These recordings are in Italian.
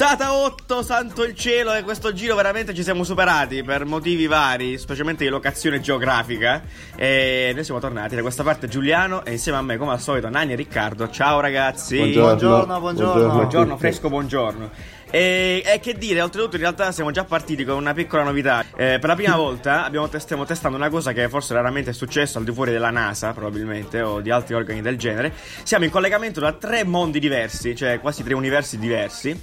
Puntata 8, santo il cielo, e questo giro veramente ci siamo superati per motivi vari, specialmente di locazione geografica. E noi siamo tornati da questa parte Giuliano e insieme a me come al solito Nanni e Riccardo. Ciao ragazzi. Buongiorno, fresco buongiorno. E che dire, oltretutto in realtà siamo già partiti con una piccola novità. Per la prima volta stiamo testando una cosa che forse raramente è successo al di fuori della NASA, probabilmente, o di altri organi del genere. Siamo in collegamento da 3 mondi diversi, cioè quasi 3 universi diversi.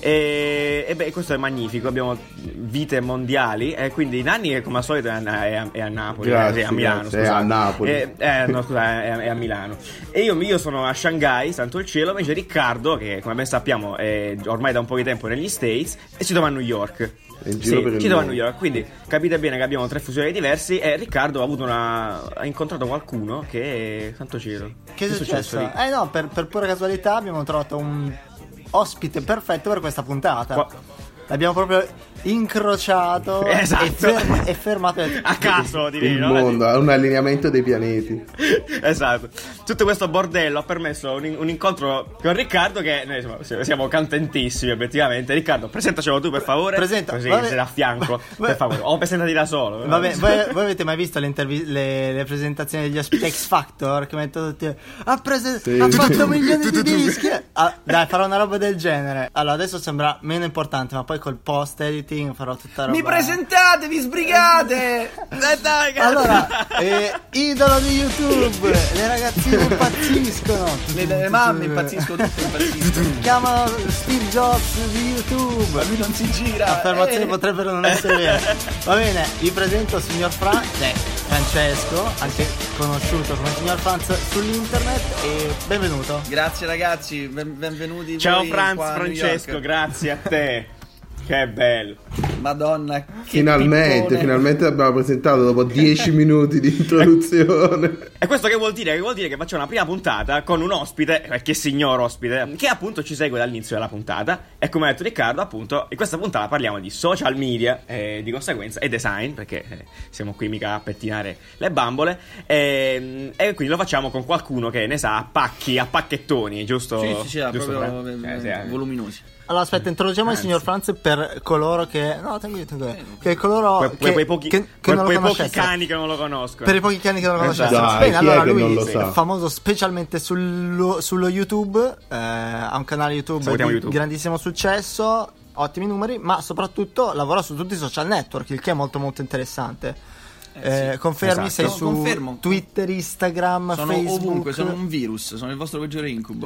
E beh, questo è magnifico, abbiamo vite mondiali. E quindi Nanni come al solito è a Napoli. Grazie, è a Milano, è a Napoli. No, scusa, è a Milano. E io sono a Shanghai, santo il cielo. Invece Riccardo, che come ben sappiamo è ormai da un po' di tempo negli States, e ci trova a New York. Ci trova a New York, quindi capite bene che abbiamo 3 fusioni diversi. E Riccardo ha incontrato qualcuno che santo cielo. Che è successo? No, per pura casualità abbiamo trovato un ospite perfetto per questa puntata. L'abbiamo proprio incrociato, esatto. e fermato a caso, direi. Il mondo ha un allineamento dei pianeti. Esatto. Tutto questo bordello ha permesso un incontro con Riccardo, che noi siamo contentissimi obiettivamente. Riccardo, presentacelo tu per favore. Presenta. Così sei da fianco, per favore. O presentati da solo. Vabbè, voi avete mai visto le presentazioni degli ospiti X Factor che mettono tutti ha fatto milioni di dischi. Dai, farò una roba del genere. Allora adesso sembra meno importante, ma poi col post editing farò tutta roba. Mi presentatevi, sbrigate! Dai, allora, idolo di YouTube, le ragazzine impazziscono, le mamme impazziscono, tutte impazziscono. Chiamano Steve Jobs di YouTube, ma lui non si gira. Affermazioni potrebbero non essere vere. Va bene, vi presento il signor Francesco, anche conosciuto come signor Franz sull'internet, e benvenuto. Grazie ragazzi, benvenuti. Ciao Francesco, grazie a te. Che bello. Madonna, che finalmente l'abbiamo presentato dopo 10 minuti di introduzione. E questo che vuol dire? Che vuol dire che facciamo una prima puntata con un ospite, che signor ospite, che appunto ci segue dall'inizio della puntata. E come ha detto Riccardo, appunto, in questa puntata parliamo di social media, di conseguenza, e design, perché siamo qui mica a pettinare le bambole. E quindi lo facciamo con qualcuno che ne sa a pacchettoni, giusto? Sì, proprio voluminosi. Allora aspetta, introduciamo il signor Franz per coloro che che coloro quei pochi cani che non lo conoscono. Per i pochi cani che non lo conoscono. Dai, bene, allora lui è famoso specialmente sullo YouTube, ha un canale YouTube di grandissimo successo, ottimi numeri, ma soprattutto lavora su tutti i social network, il che è molto molto interessante. Confermi? Esatto. Sei su Twitter, Instagram, sono Facebook? Ovunque, sono un virus, sono il vostro peggiore incubo.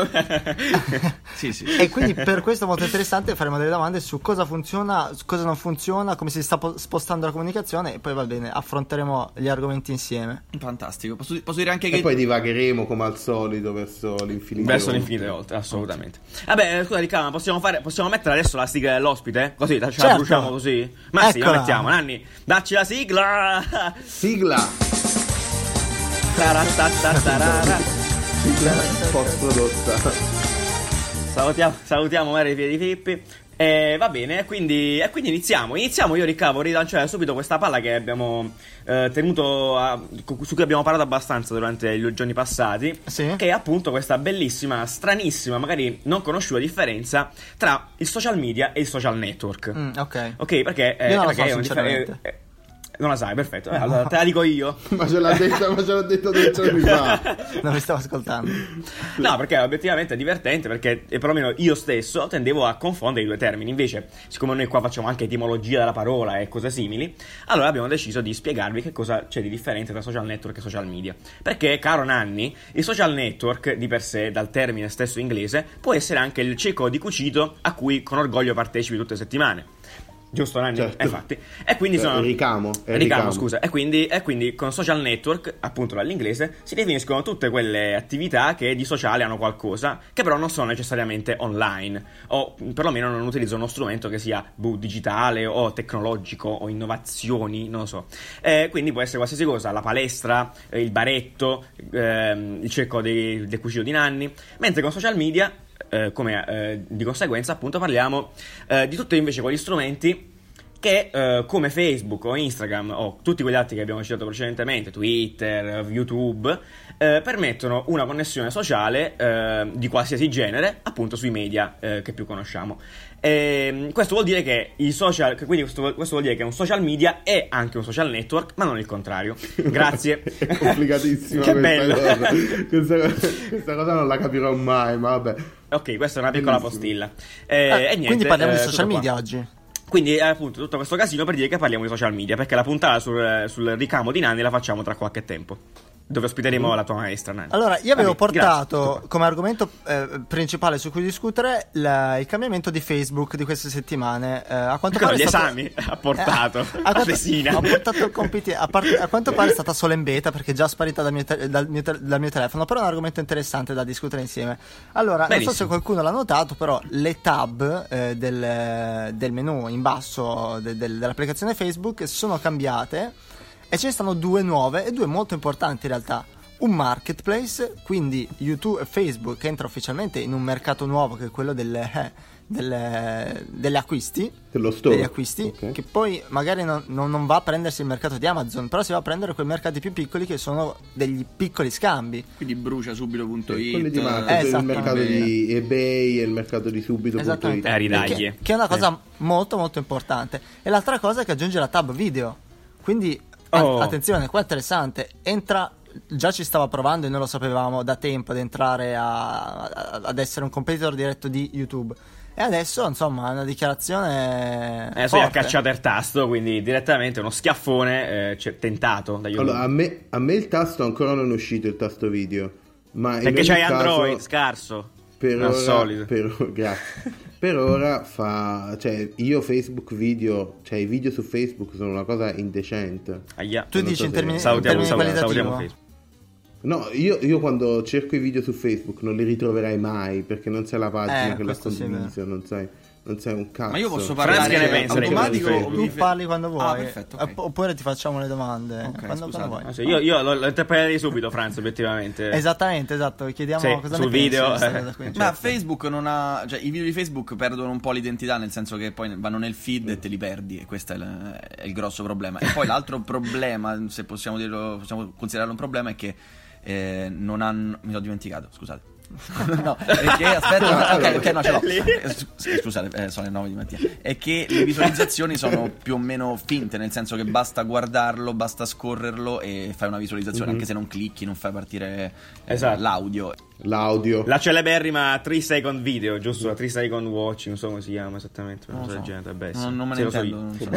sì. E quindi per questo è molto interessante, faremo delle domande su cosa funziona, cosa non funziona, come si sta spostando la comunicazione, e poi va bene, affronteremo gli argomenti insieme. Fantastico. Posso dire anche che e poi divagheremo come al solito verso l'infinito. Verso l'infinito oltre, assolutamente. Vabbè, scusa Riccardo, possiamo mettere adesso la sigla dell'ospite? Così ce la bruciamo così? Ma sì, la mettiamo. Nanni, dacci la sigla. Sigla post prodotta. Salutiamo Mary Piedi Filippi. Va bene, quindi iniziamo io Riccardo, vorrei lanciare subito questa palla che abbiamo su cui abbiamo parlato abbastanza durante gli giorni passati, sì. Che è appunto questa bellissima, stranissima, magari non conosciuta differenza tra il social media e il social network. Ok, perché io non lo so, sinceramente. Non la sai, perfetto. Allora te la dico io. ma ce l'ha detto 2 giorni fa. Non mi stavo ascoltando. No, perché obiettivamente è divertente, perché perlomeno io stesso tendevo a confondere i 2 termini. Invece, siccome noi qua facciamo anche etimologia della parola e cose simili, allora abbiamo deciso di spiegarvi che cosa c'è di differente tra social network e social media. Perché, caro Nanni, il social network di per sé, dal termine stesso inglese, può essere anche il cieco di cucito a cui con orgoglio partecipi tutte le settimane. Giusto, Nanni? Certo. Infatti. E quindi sono ricamo, scusa. E quindi con social network, appunto dall'inglese, si definiscono tutte quelle attività che di sociale hanno qualcosa, che però non sono necessariamente online, o perlomeno non utilizzano uno strumento che sia digitale o tecnologico o innovazioni, non lo so. Quindi può essere qualsiasi cosa, la palestra, il baretto, il cerco del cucito di Nanni. Mentre con social media di conseguenza appunto parliamo di tutti invece quegli strumenti che come Facebook o Instagram o tutti quegli altri che abbiamo citato precedentemente, Twitter, YouTube, permettono una connessione sociale di qualsiasi genere, appunto sui media che più conosciamo. Questo vuol dire che i social, quindi questo vuol dire che un social media è anche un social network, ma non il contrario. Grazie. È complicatissimo. Che bello. Questa cosa non la capirò mai, ma vabbè. Ok, questa è una piccola postilla. E niente, quindi parliamo di social tutto media qua. oggi. Quindi appunto tutto questo casino per dire che parliamo di social media, perché la puntata sul ricamo di Nanni la facciamo tra qualche tempo, dove ospiteremo la tua maestra Nanni. Allora, io avevo portato grazie. come argomento principale su cui discutere il cambiamento di Facebook di queste settimane. A quanto pare Gli è stato- esami ha portato ho portato il compiti. A quanto pare è stata solo in beta, perché è già sparita dal mio telefono. Però è un argomento interessante da discutere insieme. Allora, Benissimo. non so se qualcuno l'ha notato, però le tab del menu in basso dell'applicazione Facebook sono cambiate. E ce ne stanno due nuove e due molto importanti in realtà. Un marketplace, quindi YouTube e Facebook entra ufficialmente in un mercato nuovo che è quello delle acquisti. Dello store. Degli acquisti, Ok. che poi magari non va a prendersi il mercato di Amazon, però si va a prendere quei mercati più piccoli che sono degli piccoli scambi. Quindi brucia subito.it. Quelli di marketing, il mercato di eBay e il mercato di subito.it. Esattamente. Ridaglie. Che è una cosa molto molto importante. E l'altra cosa è che aggiunge la tab video. Quindi attenzione, qua è interessante. Già ci stava provando e noi lo sapevamo da tempo ad entrare ad essere un competitor diretto di YouTube. E adesso, insomma, è una dichiarazione Adesso gli ha forte. cacciato il tasto, quindi direttamente uno schiaffone tentato da YouTube. Allora, a me il tasto ancora non è uscito, il tasto video. Ma in Perché ogni c'hai caso, Android, scarso. Per al ora, solito. grazie. Per ora cioè io Facebook video, cioè i video su Facebook sono una cosa indecente. Ahia. Tu Non dici so in se- termini Salutiamo qualitativi? Facebook. No, io quando cerco i video su Facebook non li ritroverai mai, perché non sai la pagina che l'ha questo sì, condiviso, non sai un cazzo. Ma io posso Franz, parlare che ne pensi dei automatico canali o Facebook? Tu parli quando vuoi. Ah, perfetto, ok. Oppure ti facciamo le domande quando scusate. vuoi. Ah, sì, io lo interpreterei subito, Franz, obiettivamente. Esattamente, esatto. Chiediamo Sì, cosa sul ne pensi video, di questa cosa qui. Ma Facebook non ha, cioè i video di Facebook perdono un po' l'identità, nel senso che poi vanno nel feed e te li perdi, e questo è il grosso problema. E poi l'altro problema, se possiamo considerarlo un problema, è che non hanno, mi sono dimenticato, scusate. No, perché aspetta, ok, no, ce l'ho. Scusate, sono le 9 di mattina. È che le visualizzazioni sono più o meno finte, nel senso che basta guardarlo, basta scorrerlo e fai una visualizzazione, anche se non clicchi, non fai partire Esatto. l'audio. L'audio. La celeberrima 3 second video, giusto? La 3 second watch, non so come si chiama esattamente. Non so del genere, vabbè, sì. Non me Sì, ne lo so intendo. io. Non so.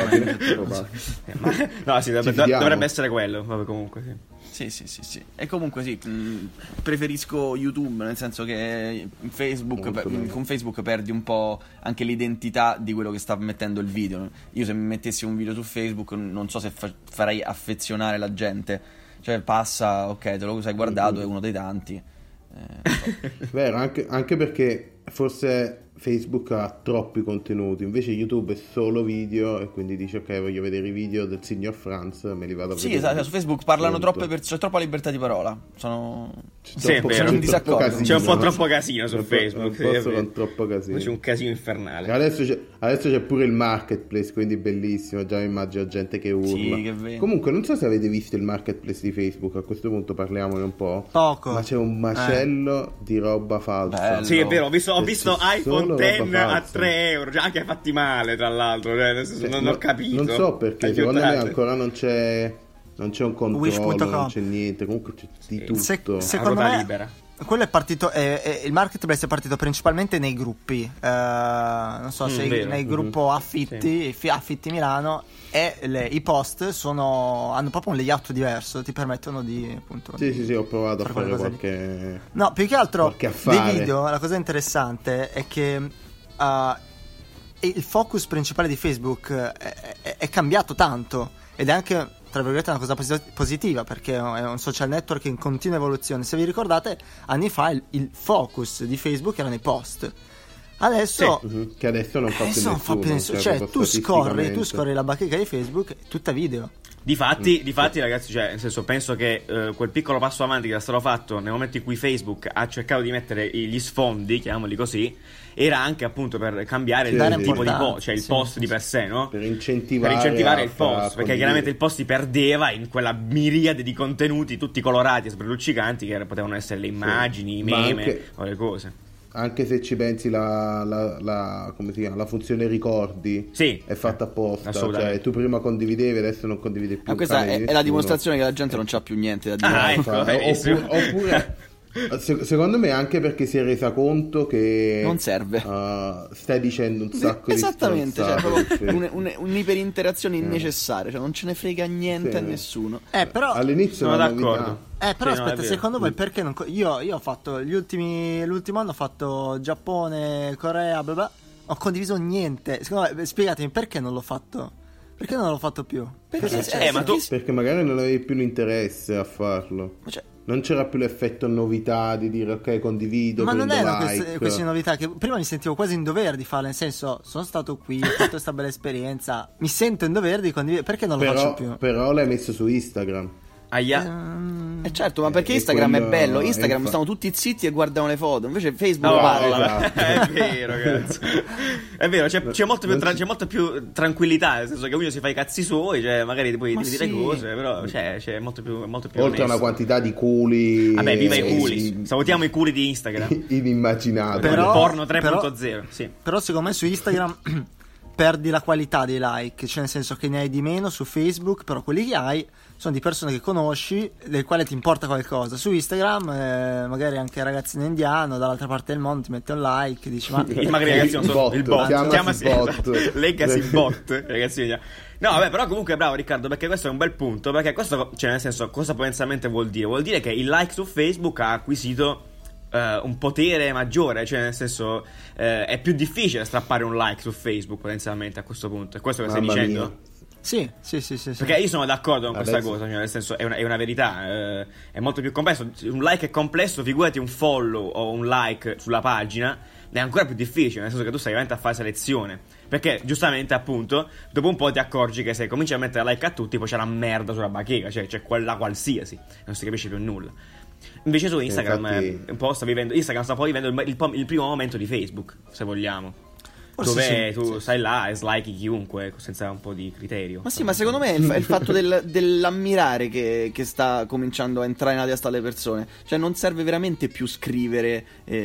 No, sì, fidiamo. dovrebbe essere quello. Vabbè, comunque, sì. Sì. E comunque sì, preferisco YouTube, nel senso che con Facebook perdi un po' anche l'identità di quello che sta mettendo il video. Io se mi mettessi un video su Facebook non so se farei affezionare la gente. Cioè passa, ok, te lo sei guardato, è uno dei tanti. Vero, anche perché forse Facebook ha troppi contenuti, invece YouTube è solo video e quindi dici ok, voglio vedere i video del signor Franz, me li vado a Sì, vedere. esatto, su Facebook parlano Punto. c'è troppa libertà di parola. Sì, è Troppo- vero. in disaccordo. casino, C'è un po' no? troppo casino su Un po'- Facebook. un sì, po' è solo vero. troppo casino. C'è un casino infernale. Adesso c'è pure il marketplace, quindi bellissimo. Già mi immagino gente che urla. Sì, che vedi. Comunque, non so se avete visto il marketplace di Facebook. A questo punto parliamone un po'. Poco. Ma c'è un macello di roba falsa. Bello. Sì, è vero, ho visto C'è solo iPhone roba 10 a falsa. 3 euro, cioè anche fatti male, tra l'altro, cioè, nel senso, non ho capito. Non so perché, secondo me ancora non c'è un controllo, Wish.com. non c'è niente. Comunque c'è di tutto. Secondo Ruota me libera. quello è partito, il marketplace è partito principalmente nei gruppi, non so se vero. nel gruppo Affitti, Affitti Milano, e i post hanno proprio un layout diverso, ti permettono di appunto Sì, ho provato a fare qualcosa di- qualche... No, più che altro qualche affare. dei video, la cosa interessante è che il focus principale di Facebook è cambiato tanto, ed è anche, tra virgolette, una cosa positiva, perché è un social network in continua evoluzione. Se vi ricordate, anni fa il focus di Facebook erano i post. Adesso che adesso non fa più nessuno, cioè tu scorri la bacheca di Facebook, è tutta video. Difatti ragazzi, cioè, nel senso, penso che quel piccolo passo avanti che era stato fatto nel momento in cui Facebook ha cercato di mettere gli sfondi, chiamiamoli così, era anche appunto per cambiare il tipo di post, cioè il post di per sé, no? Per incentivare il post, perché chiaramente il post si perdeva in quella miriade di contenuti tutti colorati e super luccicanti che potevano essere le immagini, i meme o le cose. Anche se ci pensi come si chiama, la funzione ricordi è fatta apposta, cioè tu prima condividevi, adesso non condividi più. Questa è la dimostrazione che la gente non c'ha più niente da dire. Oppure secondo me anche perché si è resa conto che non serve, stai dicendo un sacco di esattamente, cioè, un'iperinterazione innecessaria, cioè non ce ne frega niente a nessuno. Però all'inizio sono d'accordo. Però aspetta, secondo voi perché non io ho fatto l'ultimo anno ho fatto Giappone, Corea, bla bla, ho condiviso niente. Secondo me, spiegatemi perché non l'ho fatto. Perché non l'ho fatto più? Perché magari non avevi più l'interesse a farlo. Non c'era più l'effetto novità di dire ok, condivido. Ma non erano like. queste novità che prima mi sentivo quasi in dovere di fare, nel senso, sono stato qui, ho fatto questa bella esperienza, mi sento in dovere di condividere, perché non lo faccio più? Però l'hai messo su Instagram. Certo, ma perché Instagram è bello? Instagram stanno tutti zitti e guardano le foto, invece Facebook parla. È vero, cazzo. È vero, c'è molta più tranquillità, nel senso che ognuno si fa i cazzi suoi, cioè magari puoi dire cose, però c'è molto più oltre a una quantità di culi. Vabbè, viva i culi. Salutiamo i culi di Instagram. Inimmaginabili. Però, porno 3.0, sì. Però secondo me su Instagram perdi la qualità dei like, cioè nel senso che ne hai di meno su Facebook, però quelli che hai sono di persone che conosci, del quale ti importa qualcosa. Su Instagram magari anche ragazzino indiano dall'altra parte del mondo ti mette un like, dici magari ragazzino il bot, chiamasi bot. Legacy bot, ragazzino. No, vabbè, però comunque bravo Riccardo, perché questo è un bel punto, perché questo, cioè nel senso, cosa potenzialmente vuol dire? Vuol dire che il like su Facebook ha acquisito un potere maggiore, cioè nel senso è più difficile strappare un like su Facebook potenzialmente a questo punto. È questo che stai dicendo? Mia. Sì. Perché io sono d'accordo con questa cosa, cioè nel senso è una verità, è molto più complesso. Un like è complesso, figurati un follow o un like sulla pagina, è ancora più difficile, nel senso che tu stai veramente a fare selezione. Perché giustamente appunto dopo un po' ti accorgi che se cominci a mettere like a tutti poi c'è la merda sulla bacheca, cioè c'è quella qualsiasi, non si capisce più nulla. Invece su Instagram Instagram sta poi vivendo il primo momento di Facebook, se vogliamo. Dove tu stai là e slikey chiunque senza un po' di criterio. Ma sì, ma secondo me è il fatto dell'ammirare che sta cominciando a entrare nella testa alle persone. Cioè non serve veramente più scrivere,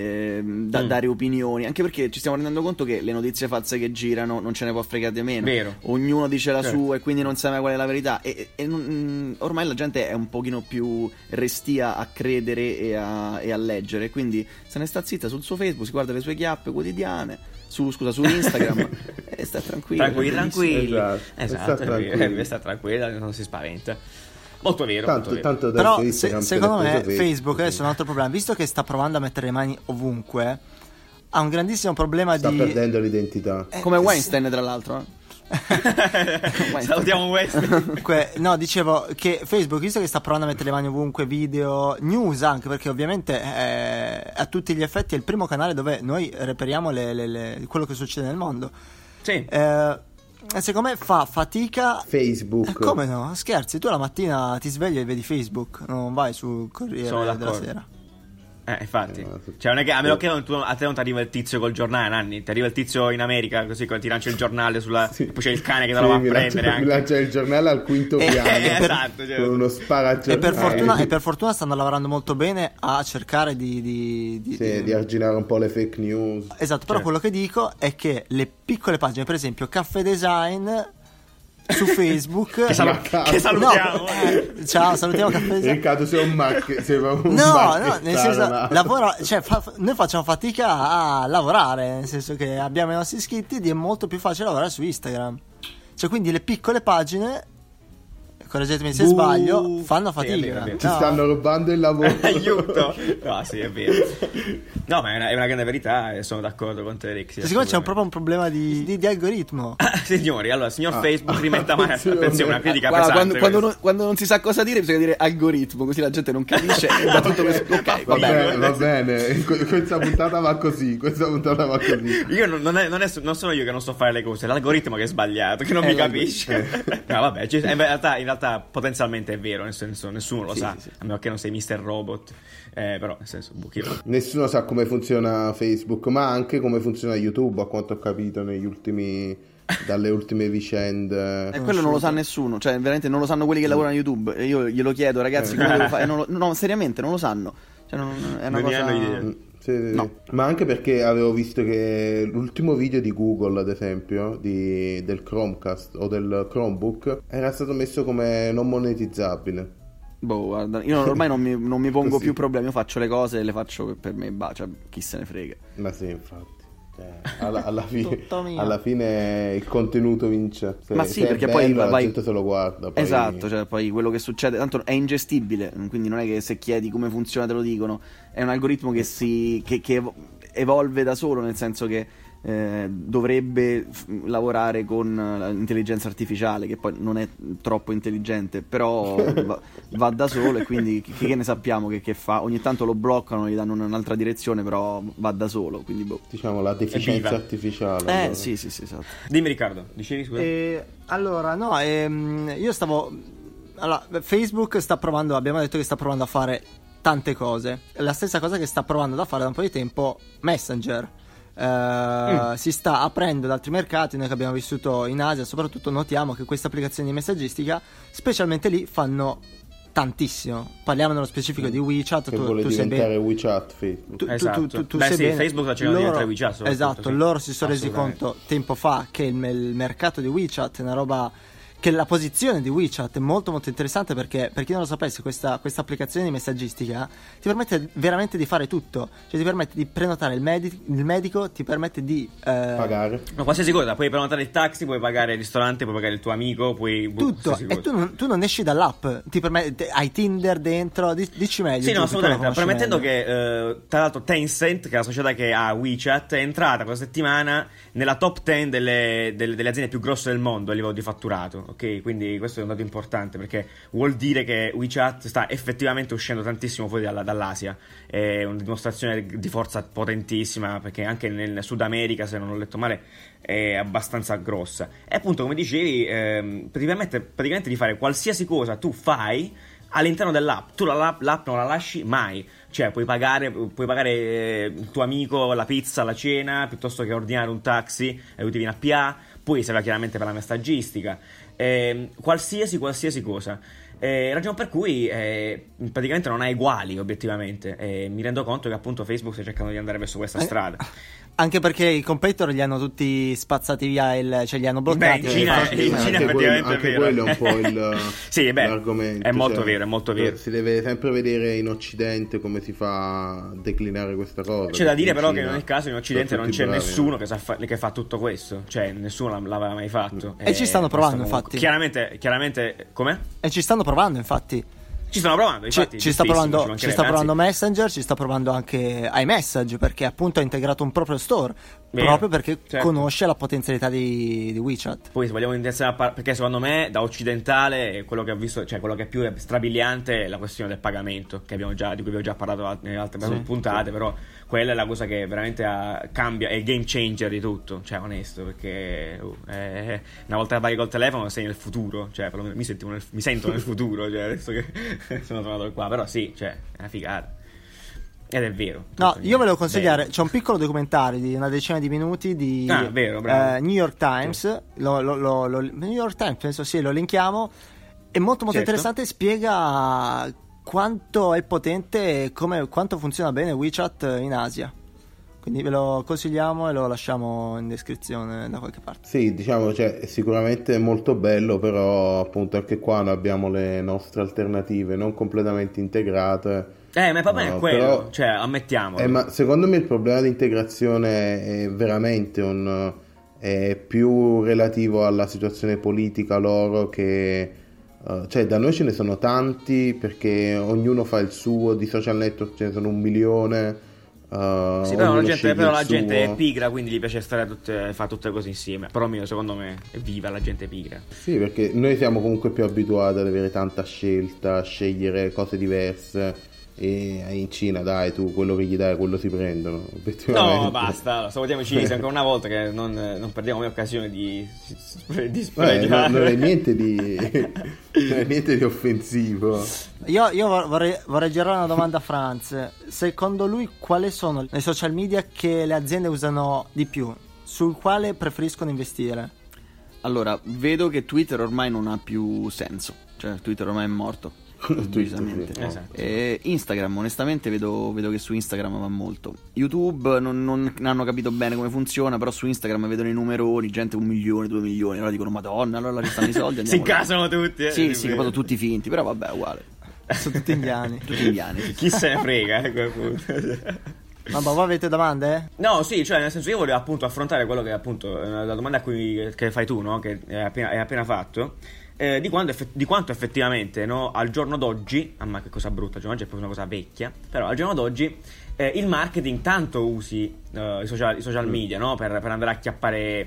dare opinioni, anche perché ci stiamo rendendo conto che le notizie false che girano non ce ne può fregare di meno. Vero. Ognuno dice la sua e quindi non sa mai qual è la verità. Ormai la gente è un pochino più restia a credere e a leggere, quindi se ne sta zitta sul suo Facebook, si guarda le sue chiappe quotidiane su Instagram e sta tranquillo. Esatto, sta tranquilla, non si spaventa. Molto vero. Tanto però secondo me Facebook adesso è un altro problema, visto che sta provando a mettere le mani ovunque, ha un grandissimo problema sta perdendo l'identità. Come Weinstein, tra l'altro. Salutiamo Weinstein. No, dicevo che Facebook, visto che sta provando a mettere le mani ovunque, video, news anche, perché ovviamente a tutti gli effetti è il primo canale dove noi reperiamo quello che succede nel mondo. Sì. Secondo me fa fatica Facebook. Come no? Scherzi, tu la mattina ti svegli e vedi Facebook, non vai sul Corriere della Sera. Infatti, cioè non è che a meno che a te non ti arriva il tizio col giornale, Nanni, ti arriva il tizio in America così ti lancia il giornale poi c'è il cane che te lo va a prendere mi lancia il giornale al quinto piano esatto, con uno sparagiornale. E per fortuna stanno lavorando molto bene a cercare di arginare un po' le fake news. Esatto, però quello che dico è che le piccole pagine, per esempio Caffè Design su Facebook che salutiamo. Ciao, salutiamo Caffè Design. Riccardo, sei un no, nel senso lavora, cioè noi facciamo fatica a lavorare, nel senso che abbiamo i nostri iscritti ed è molto più facile lavorare su Instagram. Cioè quindi le piccole pagine correggetemi se sbaglio, fanno Sì, è fatica. vero, è vero. Ci stanno rubando il lavoro. Aiuto! No, sì, è vero. No, ma è una grande verità e sono d'accordo con te, Rick. Sì, Secondo me c'è proprio un problema di algoritmo. Signori, allora, signor Facebook, rimetta male. Attenzione, una critica Guarda, pesante. quando non si sa cosa dire, bisogna dire algoritmo, così la gente non capisce. E da tutto questo. Ok, va bene. Va bene. Questa puntata va così. Io non sono io che non so fare le cose, è l'algoritmo che è sbagliato, che non mi capisce. No, vabbè, in realtà potenzialmente è vero, nel senso nessuno lo sa, a meno che non sei Mr. Robot. Però nel senso nessuno sa come funziona Facebook, ma anche come funziona YouTube, a quanto ho capito dalle ultime vicende. E quello non lo sa nessuno, cioè veramente non lo sanno quelli che lavorano a YouTube. E io glielo chiedo, ragazzi, come devo fare? No, seriamente non lo sanno. Cioè, è una cosa. Hanno idea. Sì. No. Ma anche perché avevo visto che l'ultimo video di Google, ad esempio, del Chromecast o del Chromebook, era stato messo come non monetizzabile. Boh, guarda, io ormai non mi pongo Così. più problemi, io faccio le cose e le faccio per me, cioè chi se ne frega. Ma sì, infatti. Alla Tutto mio. fine il contenuto vince. Ma sì, se è perché bello, poi la gente se lo guarda. Poi... Esatto, cioè poi quello che succede, tanto è ingestibile, quindi non è che se chiedi come funziona te lo dicono, è un algoritmo che che evolve da solo, nel senso che dovrebbe lavorare con l'intelligenza artificiale, che poi non è troppo intelligente, però va da solo, e quindi che ne sappiamo che fa. Ogni tanto lo bloccano, gli danno un'altra direzione, però va da solo, quindi boh. Diciamo la deficienza artificiale. Allora. Sì, esatto. Dimmi, Riccardo, dicevi, scusa? Allora, no, io stavo... Allora, Facebook sta provando, abbiamo detto che sta provando a fare tante cose. La stessa cosa che sta provando da fare da un po' di tempo Messenger. Si sta aprendo ad altri mercati. Noi che abbiamo vissuto in Asia soprattutto notiamo che queste applicazioni di messaggistica, specialmente lì, fanno tantissimo. Parliamo nello specifico di WeChat. Che vuole diventare WeChat Facebook. Esatto. Tu Beh, sai sì, bene, Facebook sta cercando di diventare WeChat. Esatto, sì. loro si sono resi conto tempo fa che il mercato di WeChat è una roba, che la posizione di WeChat è molto molto interessante, perché per chi non lo sapesse, questa applicazione di messaggistica ti permette veramente di fare tutto. Cioè ti permette di prenotare il medico, ti permette di pagare. No, qualsiasi cosa, puoi prenotare il taxi, puoi pagare il ristorante, puoi pagare il tuo amico, puoi tutto. E tu non esci dall'app, ti permette, hai Tinder dentro, dici meglio. Sì, no, assolutamente, premettendo meglio. che tra l'altro Tencent, che è la società che ha WeChat, è entrata questa settimana nella top 10 delle aziende più grosse del mondo a livello di fatturato. Ok, quindi questo è un dato importante, perché vuol dire che WeChat sta effettivamente uscendo tantissimo fuori dall'Asia. È una dimostrazione di forza potentissima, perché anche nel Sud America, se non ho letto male, è abbastanza grossa. E appunto, come dicevi, ti permette praticamente di fare qualsiasi cosa tu fai all'interno dell'app. Tu l'app non la lasci mai. Cioè puoi pagare il tuo amico la pizza, la cena, piuttosto che ordinare un taxi e lui ti viene a PA. Poi serve chiaramente per la messaggistica, qualsiasi cosa. Ragione per cui praticamente non ha uguali, obiettivamente. Mi rendo conto che appunto Facebook sta cercando di andare verso questa strada. Anche perché i competitor li hanno tutti spazzati via, cioè li hanno bloccati. Beh, in Cina effettivamente anche è quello vero. è un po' sì, beh, l'argomento. è molto vero, è molto vero. Si deve sempre vedere in Occidente come si fa a declinare questa cosa. C'è da dire però Cina, che nel caso in Occidente non c'è nessuno che fa tutto questo. Cioè nessuno l'aveva mai fatto. E ci stanno provando, infatti. Chiaramente, com'è? E ci stanno provando, infatti. Ci stanno provando, infatti. Ci sta provando Messenger, ci sta provando anche iMessage, perché appunto ha integrato un proprio store. Vero, proprio perché certo. Conosce la potenzialità di WeChat. Poi se vogliamo iniziare perché secondo me da occidentale quello che ho visto, cioè quello che è più strabiliante è la questione del pagamento, di cui abbiamo già parlato nelle altre puntate, però quella è la cosa che veramente cambia, è il game changer di tutto, cioè onesto, perché una volta che paghi col telefono sei nel futuro, cioè perlomeno mi sento nel futuro, cioè adesso che sono tornato qua, però sì, cioè è una figata. Ed è vero. No, io volevo consigliare, c'è un piccolo documentario di una decina di minuti di New York Times, New York Times, penso sì, lo linkiamo, è molto interessante, spiega quanto è potente e quanto funziona bene WeChat in Asia. Quindi ve lo consigliamo e lo lasciamo in descrizione da qualche parte. Sì, diciamo, cioè, è sicuramente molto bello, però appunto anche qua noi abbiamo le nostre alternative non completamente integrate. Ma il problema è quello, però, cioè ammettiamolo. Ma secondo me il problema di integrazione è veramente è più relativo alla situazione politica loro che cioè da noi ce ne sono tanti perché ognuno fa il suo, di social network ce ne sono 1 milione. Sì, però la ognuno gente sceglie il è pigra, quindi gli piace stare fa tutte cose insieme. Però secondo me è viva la gente pigra. Sì, perché noi siamo comunque più abituati ad avere tanta scelta, a scegliere cose diverse. E in Cina, dai, tu quello che gli dai, quello si prendono. Effettivamente. No, basta, salutiamo i cinesi ancora una volta, che non perdiamo mai occasione di no, non è niente di non è niente di offensivo. Io vorrei girare una domanda a Franz. Secondo lui quali sono i social media che le aziende usano di più, sul quale preferiscono investire? Allora, vedo che Twitter ormai non ha più senso, cioè Twitter ormai è morto. Decisamente. Sì, esatto. E Instagram, onestamente vedo che su Instagram va molto. YouTube non hanno capito bene come funziona, però su Instagram vedono i numeroni, gente 1 milione, 2 milioni, allora dicono madonna, allora là stanno i soldi, si incasano tutti, sì, che poi sono tutti finti, però vabbè, è uguale. Sono tutti indiani. Tutti indiani. Chi se ne frega, Ma voi avete domande? No, sì, cioè nel senso io volevo appunto affrontare quello che appunto la domanda che fai tu, no? Che hai appena fatto. Di quanto effettivamente, no, al giorno d'oggi, ma che cosa brutta, al giorno d'oggi è proprio una cosa vecchia, però al giorno d'oggi il marketing tanto usi i social media, no, per andare a acchiappare,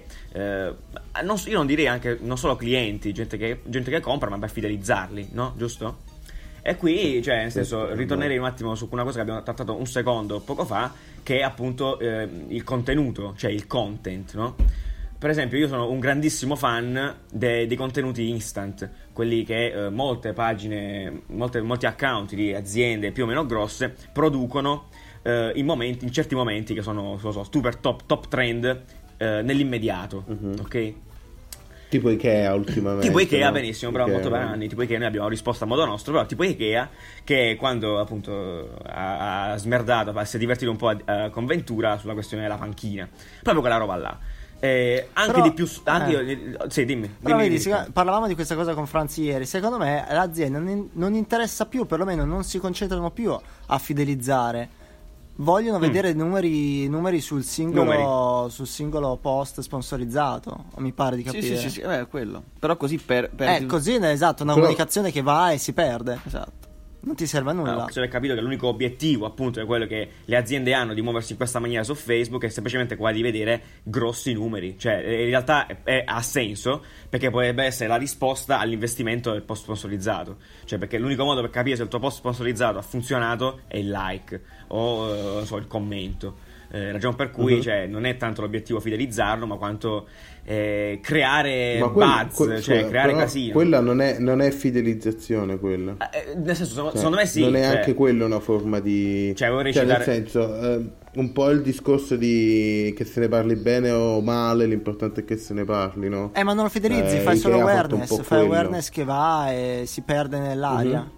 io non direi anche non solo clienti, gente che compra, ma per fidelizzarli, no, giusto? E qui, cioè, nel senso, ritornerei un attimo su una cosa che abbiamo trattato un secondo poco fa, che è appunto il contenuto, cioè il content, no? Per esempio, io sono un grandissimo fan dei contenuti instant, quelli che molte pagine, molti account di aziende più o meno grosse producono in certi momenti che sono super top trend nell'immediato, ok? Tipo Ikea ultimamente. Tipo Ikea, no? benissimo, bravo, molto bene Anni. Tipo Ikea, noi abbiamo risposto a modo nostro, però tipo Ikea, che quando appunto ha smerdato, si è divertito un po' con Ventura sulla questione della panchina, proprio quella roba là. Anche però, di più sì, dimmi. Però vedi, parlavamo di questa cosa con Franz ieri. Secondo me l'azienda non interessa più, perlomeno non si concentrano più a fidelizzare. Vogliono vedere numeri sul singolo post sponsorizzato, mi pare di capire. Sì, quello. Però così per così, esatto, una comunicazione che va e si perde. Esatto. Non ti serve a nulla. Se hai capito che l'unico obiettivo appunto è quello che le aziende hanno di muoversi in questa maniera su Facebook, è semplicemente quello di vedere grossi numeri. Cioè in realtà ha senso, perché potrebbe essere la risposta all'investimento del post sponsorizzato. Cioè perché l'unico modo per capire se il tuo post sponsorizzato ha funzionato è il like o il commento. Ragione per cui cioè, non è tanto l'obiettivo fidelizzarlo, ma quanto creare buzz, cioè creare casino. Quella non è fidelizzazione, quella. Nel senso, secondo me sì. Non è anche quella una forma di. Cioè, vorrei nel senso, un po' il discorso di che se ne parli bene o male, l'importante è che se ne parli, no? Ma non lo fidelizzi, fai solo awareness. Fai awareness che va e si perde nell'aria.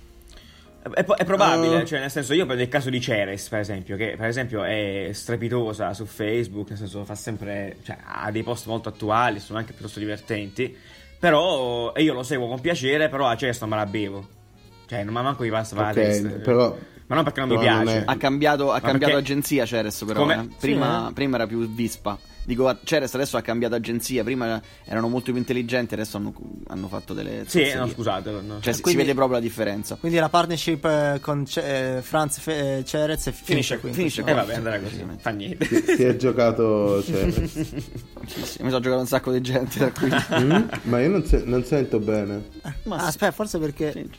È probabile, cioè nel senso, io prendo il caso di Ceres per esempio, che per esempio è strepitosa su Facebook, nel senso fa sempre, cioè ha dei post molto attuali, sono anche piuttosto divertenti, però io lo seguo con piacere, però a Ceres non me la bevo, cioè non manco mi passa la testa, però, ma non perché non mi piace. Ha cambiato agenzia Ceres, però prima era più Vispa. Dico, Ceres adesso ha cambiato agenzia, prima erano molto più intelligenti, adesso hanno fatto delle sì, no, scusate, no. Cioè si vede proprio la differenza. Quindi la partnership con Franz Ceres finisce qui. Vabbè, andrà così, fa niente. Si è giocato Ceres. Mi sono giocato un sacco di gente da qui. Ma io non sento bene. Aspetta, forse perché sì.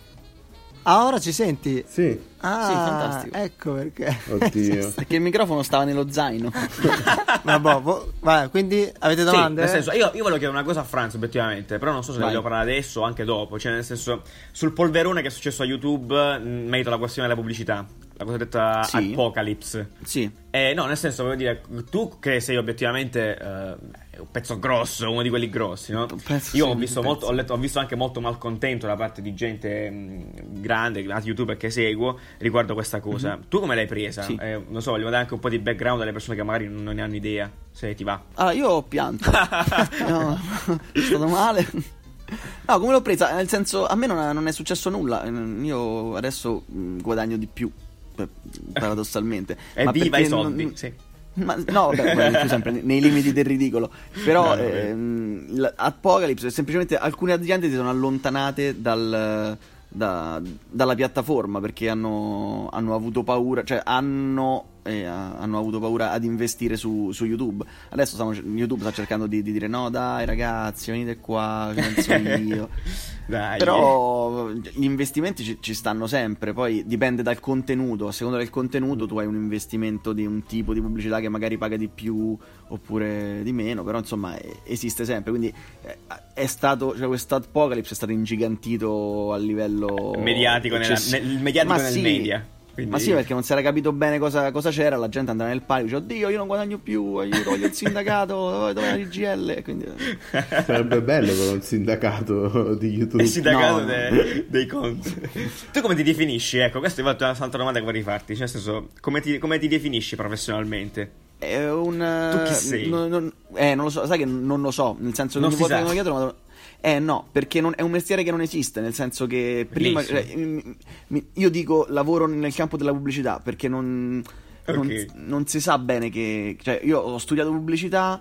Ora ci senti? Sì. Sì, fantastico. Ecco perché. Oddio. Perché il microfono stava nello zaino. Vai, quindi avete domande? Sì, nel senso, io volevo chiedere una cosa a Franz obiettivamente, però non so se ne voglio parlare adesso o anche dopo. Cioè, nel senso, sul polverone che è successo a YouTube, merito la questione della pubblicità, la cosiddetta Apocalypse. Sì. No, nel senso, voglio dire, tu che sei obiettivamente un pezzo grosso, uno di quelli grossi, no? Io ho visto anche molto malcontento da parte di gente grande, youtuber che seguo, riguardo questa cosa. Tu come l'hai presa? Sì. Non so, voglio dare anche un po' di background alle persone che magari non ne hanno idea, se ti va. Allora, io ho pianto. No, è stato male. No, come l'ho presa? Nel senso, a me non è successo nulla. Io adesso guadagno di più, paradossalmente. E viva i soldi, sì. Ma no, vabbè, sempre nei limiti del ridicolo. Però Apocalypse, semplicemente alcune aziende si sono allontanate dalla piattaforma perché hanno avuto paura, cioè hanno avuto paura ad investire su YouTube. Adesso YouTube sta cercando di dire no dai ragazzi, venite qua, penso io. Dai. Però gli investimenti ci stanno sempre, poi dipende dal contenuto. A seconda del contenuto tu hai un investimento di un tipo di pubblicità che magari paga di più oppure di meno, però insomma esiste sempre. Quindi questo Apocalypse è stato ingigantito a livello mediatico, nel media. Quindi... Ma sì, perché non si era capito bene cosa c'era, la gente andava nel palco e dice oddio io non guadagno più, io voglio il sindacato, dove è la CGL? Quindi... Sarebbe bello però un sindacato di YouTube. Il sindacato dei conti. Tu come ti definisci? Ecco, questa è una altra domanda che vorrei farti, cioè nel senso, come ti definisci professionalmente? È tu chi sei? Non lo so, sai che non lo so, nel senso che non ogni volta che mi chiedono no, perché è un mestiere che non esiste, nel senso che prima io dico lavoro nel campo della pubblicità perché non si sa bene che, cioè io ho studiato pubblicità,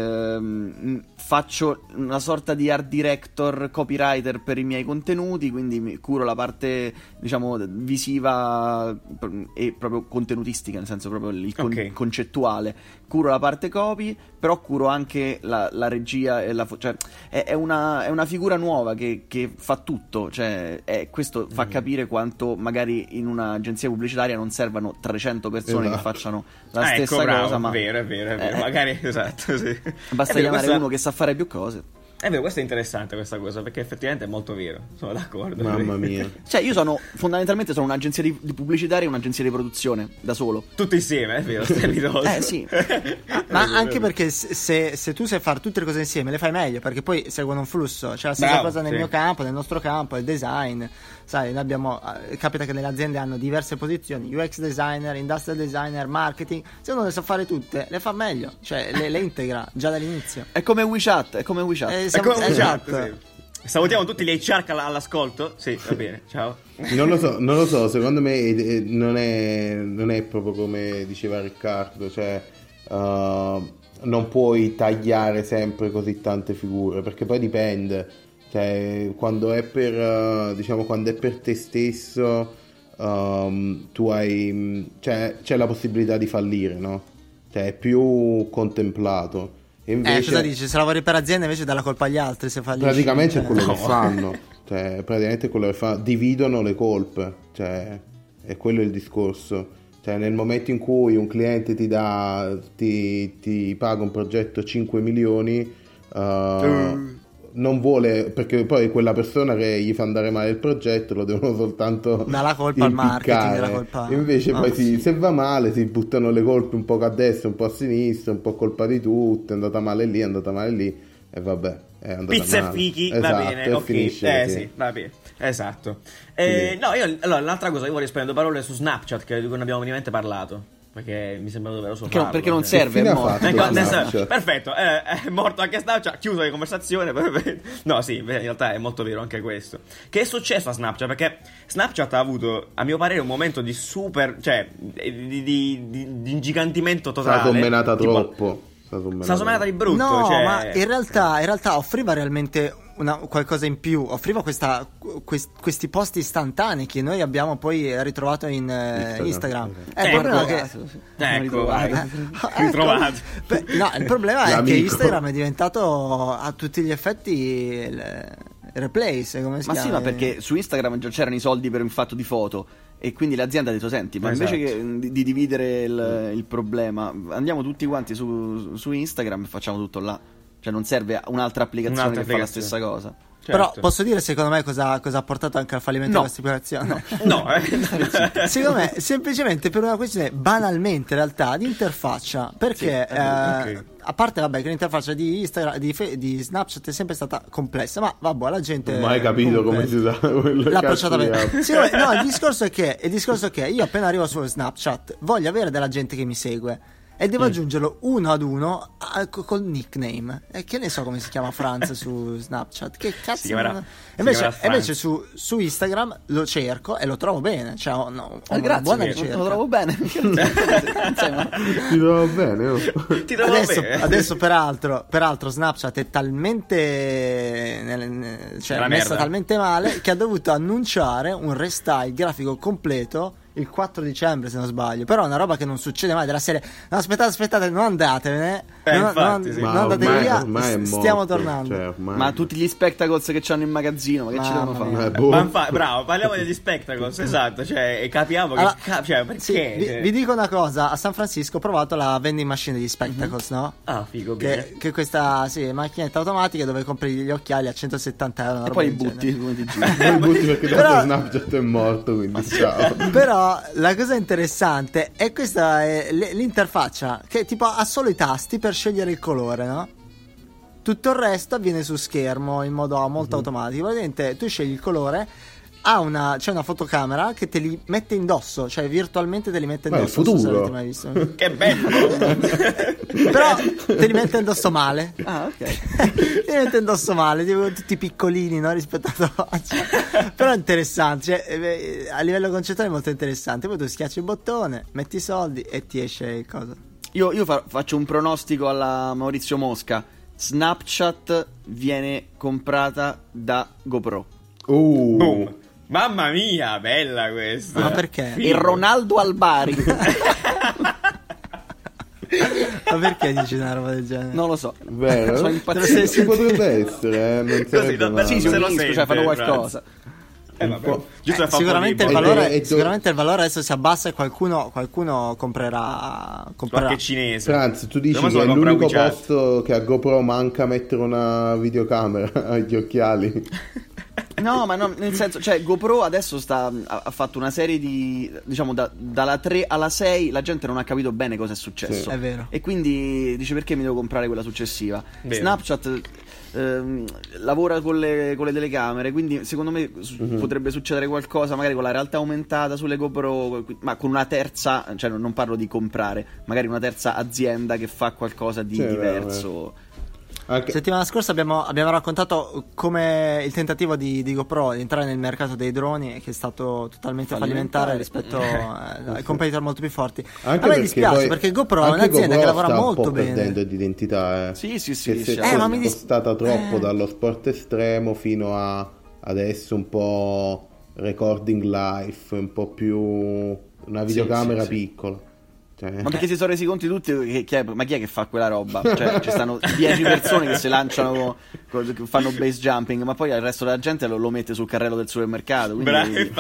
faccio una sorta di art director, copywriter per i miei contenuti, quindi curo la parte diciamo visiva e proprio contenutistica, nel senso proprio il concettuale, curo la parte copy, però curo anche la regia e cioè è una figura nuova che fa tutto, cioè questo fa capire quanto magari in un'agenzia pubblicitaria non servano 300 persone che facciano la stessa cosa, ma è vero, magari esatto, sì. Basta chiamare uno che sa fare più cose. È vero, questo è interessante questa cosa, perché effettivamente è molto vero, sono d'accordo. Mamma mia. Cioè io fondamentalmente sono un'agenzia di pubblicitaria e un'agenzia di produzione, da solo. Tutto insieme, è vero, sì. Ma anche perché se tu sai fare tutte le cose insieme, le fai meglio, perché poi seguono un flusso. Cioè la stessa cosa nel mio campo, nel nostro campo, il design. Sai, noi capita che nelle aziende hanno diverse posizioni, UX designer, industrial designer, marketing. Se uno le sa fare tutte, le fa meglio, cioè le integra già dall'inizio. È come WeChat, esatto. Sì. Salutiamo tutti gli HR all'ascolto. Sì, va bene, ciao. Non lo so, secondo me non è proprio come diceva Riccardo, cioè non puoi tagliare sempre così tante figure, perché poi dipende, cioè quando è per te stesso tu hai, cioè c'è la possibilità di fallire, no? Cioè è più contemplato. E invece, cosa dici? Se lavori per azienda invece dà la colpa agli altri se fallisci. Praticamente è quello che fanno, cioè praticamente è quello che fanno, dividono le colpe, cioè è quello il discorso. Cioè nel momento in cui un cliente ti paga un progetto 5 milioni non vuole, perché poi quella persona che gli fa andare male il progetto lo devono soltanto dà la colpa al marketing, la colpa... invece poi se va male si buttano le colpe un po' a destra, un po' a sinistra, un po' colpa di tutti, è andata male lì e vabbè, è andata pizza male. E fichi, esatto, va bene, ok, sì, va bene, esatto. No, io allora l'altra cosa io vorrei spendere due parole su Snapchat, che di cui non abbiamo minimamente parlato, perché mi sembra doveroso farlo, perché non serve, è morto. Perfetto, è morto anche Snapchat, chiusa la conversazione. No, sì, in realtà è molto vero anche questo. Che è successo a Snapchat? Perché Snapchat ha avuto, a mio parere, un momento di super, cioè di ingigantimento totale. È stata menata troppo. È stata menata di brutto. No, cioè... ma in realtà offriva realmente qualcosa in più, offriva questi post istantanei che noi abbiamo poi ritrovato in Instagram. Ritrovato. No, il problema è che Instagram è diventato a tutti gli effetti il replace, come si chiama? Ma sì, ma perché su Instagram già c'erano i soldi per un fatto di foto, e quindi l'azienda ha detto senti, ma invece che di dividere il problema, andiamo tutti quanti su Instagram e facciamo tutto là. Cioè non serve un'altra applicazione che fa la stessa cosa. Certo. Però posso dire secondo me cosa ha portato anche al fallimento di questa operazione? No. Secondo me semplicemente per una questione banalmente in realtà di interfaccia, perché a parte vabbè che l'interfaccia di Instagram di Snapchat è sempre stata complessa, ma vabbè la gente non ho mai capito come si usa l'ha approcciata bene. No, il discorso è che io appena arrivo su Snapchat voglio avere della gente che mi segue. e devo aggiungerlo uno ad uno col nickname. E che ne so come si chiama Franz su Snapchat. Che cazzo? Invece su Instagram lo cerco e lo trovo bene. Cioè, ho una buona ricerca. Lo trovo bene. Ti trovo bene. Ti trovo bene. Adesso peraltro Snapchat è talmente messa talmente male che ha dovuto annunciare un restyle grafico completo il 4 dicembre se non sbaglio. Però è una roba che non succede mai, della serie no, aspettate, non andatevene, non andate via, stiamo tornando. Cioè, ma tutti gli spectacles che c'hanno in magazzino, ma che ci devono fare? Bravo, parliamo degli spectacles, esatto, cioè capiamo allora, cioè perché sì, vi dico una cosa, a San Francisco ho provato la vending machine degli spectacles, no? Ah, figo, bene. Che questa macchinetta automatica dove compri gli occhiali a 170 euro e poi li butti, come ti giri. Li butti perché tanto Snapchat è morto, quindi ciao. Però la cosa interessante è questa l'interfaccia che tipo ha solo i tasti per scegliere il colore, no? Tutto il resto avviene su schermo in modo molto automatico. Praticamente tu scegli il colore, c'è una fotocamera che te li mette indosso, cioè virtualmente te li mette indosso. Non so se avete mai visto. Che bello. Però te li mette indosso male. Ah, ok. Te li mette indosso male, tipo tutti piccolini, no, rispetto a però è interessante, cioè, a livello concettuale è molto interessante. Poi tu schiacci il bottone, metti i soldi e ti esce il cosa. Io faccio un pronostico alla Maurizio Mosca. Snapchat viene comprata da GoPro. Boom. Mamma mia, bella questa. Ma perché? E Ronaldo al Bari. Ma perché dici una roba del genere? Non lo so. Vero? Sono impazzito. Ci potrebbe essere, non sarebbe male. Sì, se lo sente, sente, cioè fanno qualcosa. Giusto sicuramente il valore adesso si abbassa e qualcuno comprerà qualche cinese. Franz, tu dici che è l'unico posto che a GoPro manca mettere una videocamera agli occhiali. No, ma no, nel senso, cioè GoPro adesso ha fatto una serie di, diciamo, dalla 3 alla 6 la gente non ha capito bene cosa è successo. Sì. È vero. E quindi dice perché mi devo comprare quella successiva. Vero. Snapchat lavora con le telecamere, quindi secondo me potrebbe succedere qualcosa magari con la realtà aumentata sulle GoPro, ma con una terza, cioè non parlo di comprare, magari una terza azienda che fa qualcosa di diverso. Settimana scorsa abbiamo raccontato come il tentativo di GoPro di entrare nel mercato dei droni, che è stato totalmente fallimentare rispetto ai competitor molto più forti. Anche a me dispiace perché GoPro è un'azienda che lavora molto bene. Sta perdendo di identità. Sì. Ma mi è spostata troppo dallo sport estremo fino a adesso un po' recording life, un po' più una videocamera piccola. Ma perché si sono resi conto tutti ma chi è che fa quella roba? Cioè ci stanno 10 persone che si lanciano, che fanno base jumping, ma poi il resto della gente lo mette sul carrello del supermercato. Quindi...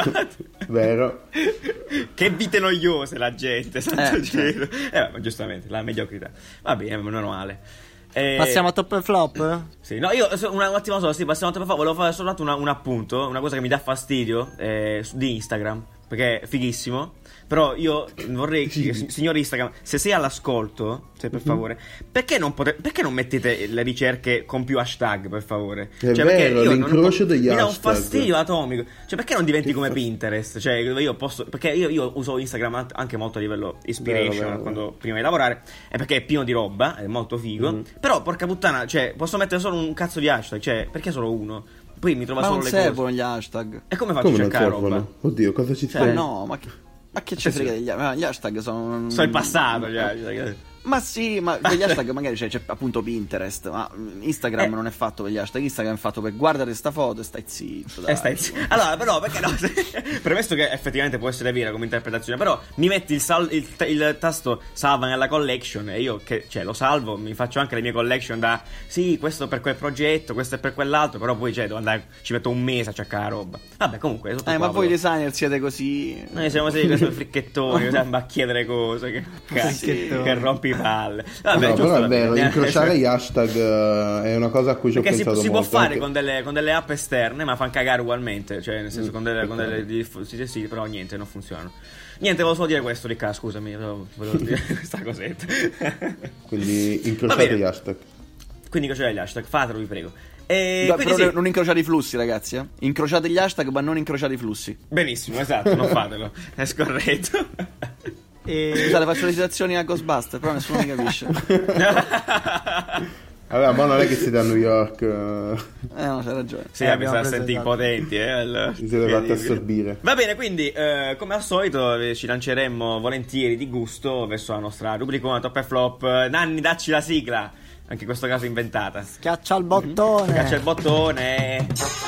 Vero. Che vite noiose la gente, santo cielo. Ma giustamente la mediocrità. Va bene, non male. Passiamo a top e flop? Sì, no, io un attimo solo, passiamo a top e flop. Volevo fare soltanto un appunto, una cosa che mi dà fastidio di Instagram, perché è fighissimo. Però io vorrei, signor Instagram, se sei all'ascolto, per favore, perché non mettete le ricerche con più hashtag, per favore? È vero, l'incrocio degli hashtag. Mi dà un fastidio atomico. Cioè, perché non diventi come Pinterest? Cioè, dove io posso... Perché io uso Instagram anche molto a livello inspiration, vero. Prima di lavorare, è perché è pieno di roba, è molto figo. Però, porca puttana, cioè, posso mettere solo un cazzo di hashtag, cioè, perché solo uno? Poi mi trova solo le cose. Ma non servono gli hashtag. E come faccio a cercare roba? Oddio, cosa ci serve? No, ma che ci frega degli hashtag? Gli hashtag sono il passato, gli hashtag. Ma sì, ma con gli hashtag magari c'è appunto Pinterest, ma Instagram non è fatto per gli hashtag, Instagram è fatto per guardare sta foto e stai zitto. Allora, però, perché no? Premesso che effettivamente può essere vera come interpretazione, però mi metti il tasto salva nella collection e io lo salvo, mi faccio anche le mie collection sì, questo per quel progetto, questo è per quell'altro, però poi devo andare, ci metto un mese a cercare la roba. Vabbè, comunque ma voi designer siete così. Noi siamo questi fricchettoni, andiamo a chiedere cose che rompi palle. Vabbè, no, però è vero, incrociare gli hashtag è una cosa a cui ci ho pensato molto. Si può fare con delle app esterne, ma fanno cagare ugualmente, cioè nel senso con delle sì, però niente, non funzionano. Niente, volevo solo dire questo, Riccardo, scusami, volevo dire questa cosetta. Quindi incrociate gli hashtag. Quindi incrociate gli hashtag, fatelo, vi prego. Però non incrociate i flussi, ragazzi. Incrociate gli hashtag, ma non incrociate i flussi. Benissimo, esatto, non fatelo. È scorretto. Scusate, faccio le citazioni a Ghostbuster, però nessuno mi capisce. Allora, ma non è che siete a New York. No, c'hai ragione. Sì, mi sa senti impotenti, Vi siete fatti assorbire. Va bene, quindi come al solito ci lanceremmo volentieri di gusto verso la nostra rubrica Top e Flop. Nanni, dacci la sigla, anche in questo caso inventata. Schiaccia il bottone. Schiaccia il bottone.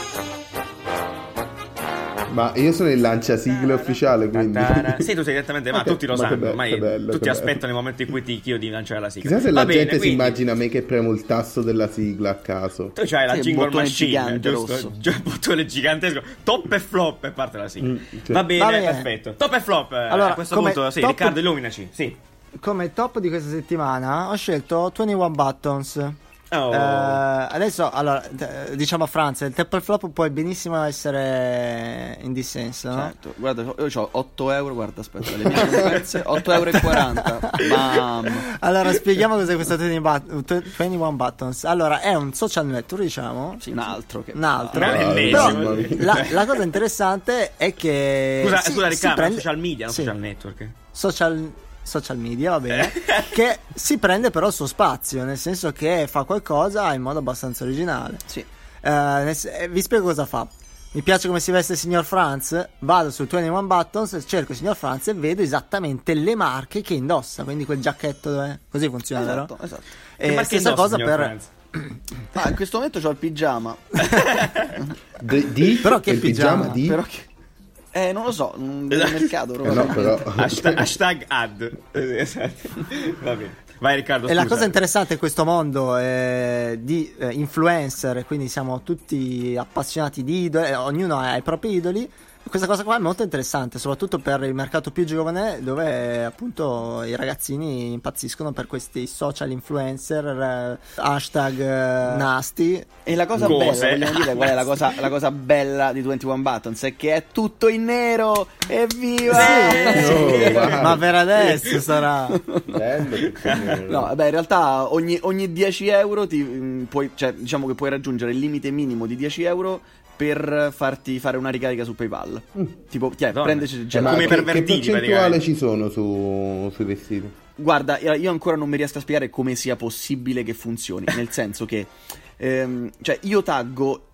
Ma io sono il lanciasigle ufficiale, quindi. Sì, tu sei direttamente, ma tutti lo sanno, ormai tutti aspettano il momento in cui ti chiedo di lanciare la sigla. Chissà se la gente si quindi immagina me che premo il tasto della sigla a caso. tu c'hai la jingle bottone machine, gigante giusto? rosso. Il bottone gigantesco, top e flop e parte la sigla. Sì. Va bene, Va bene. perfetto. Top e flop, Allora, a questo come punto, sì, top- Riccardo, illuminaci. Sì. Come top di questa settimana ho scelto 21 Buttons. Oh. Adesso, allora, diciamo a Franz, il top e flop può benissimo essere in dissenso, no? Certo, guarda, io ho 8 euro, guarda, aspetta, le mie sono perse, 8,40 €. Bam. Allora, spieghiamo cos'è questo 21 Buttons. Allora, è un social network, diciamo. Sì, un altro. Un altro. L'ennesimo. Però la cosa interessante è che Scusa Riccardo, prende... social media, non sì, social network. social media, va bene, che si prende però il suo spazio, nel senso che fa qualcosa in modo abbastanza originale. Sì. Vi spiego cosa fa. Mi piace come si veste il signor Franz, vado su 21 Buttons, cerco il signor Franz e vedo esattamente le marche che indossa, quindi quel giacchetto dov'è? Così funziona, Esatto, vero? esatto. E Ma stessa cosa per... Ah, in questo momento c'ho il pigiama. Però che il pigiama? di? Però che... non lo so, del mercato. No, però. Hashtag ad. Esatto. Va bene. Vai Riccardo, E la scusa. cosa interessante in questo mondo di influencer, quindi siamo tutti appassionati di idoli, ognuno ha i propri idoli. Questa cosa qua è molto interessante, soprattutto per il mercato più giovane, dove appunto i ragazzini impazziscono per questi social influencer, hashtag nasty. E la cosa Cose. bella, vogliamo dire qual è la cosa bella di 21 Buttons? È che è tutto in nero. Evviva! Oh, wow. Ma per adesso sarà... Bello, tutto nero. No, vabbè, in realtà ogni 10 euro puoi, cioè, diciamo che puoi raggiungere il limite minimo di 10 euro per farti fare una ricarica su PayPal. Tipo, Madonna. prendeci il Ma gelato. come che pervertiti, percentuale praticamente. ci sono sui vestiti? Guarda, io ancora non mi riesco a spiegare come sia possibile che funzioni. Nel senso che cioè io taggo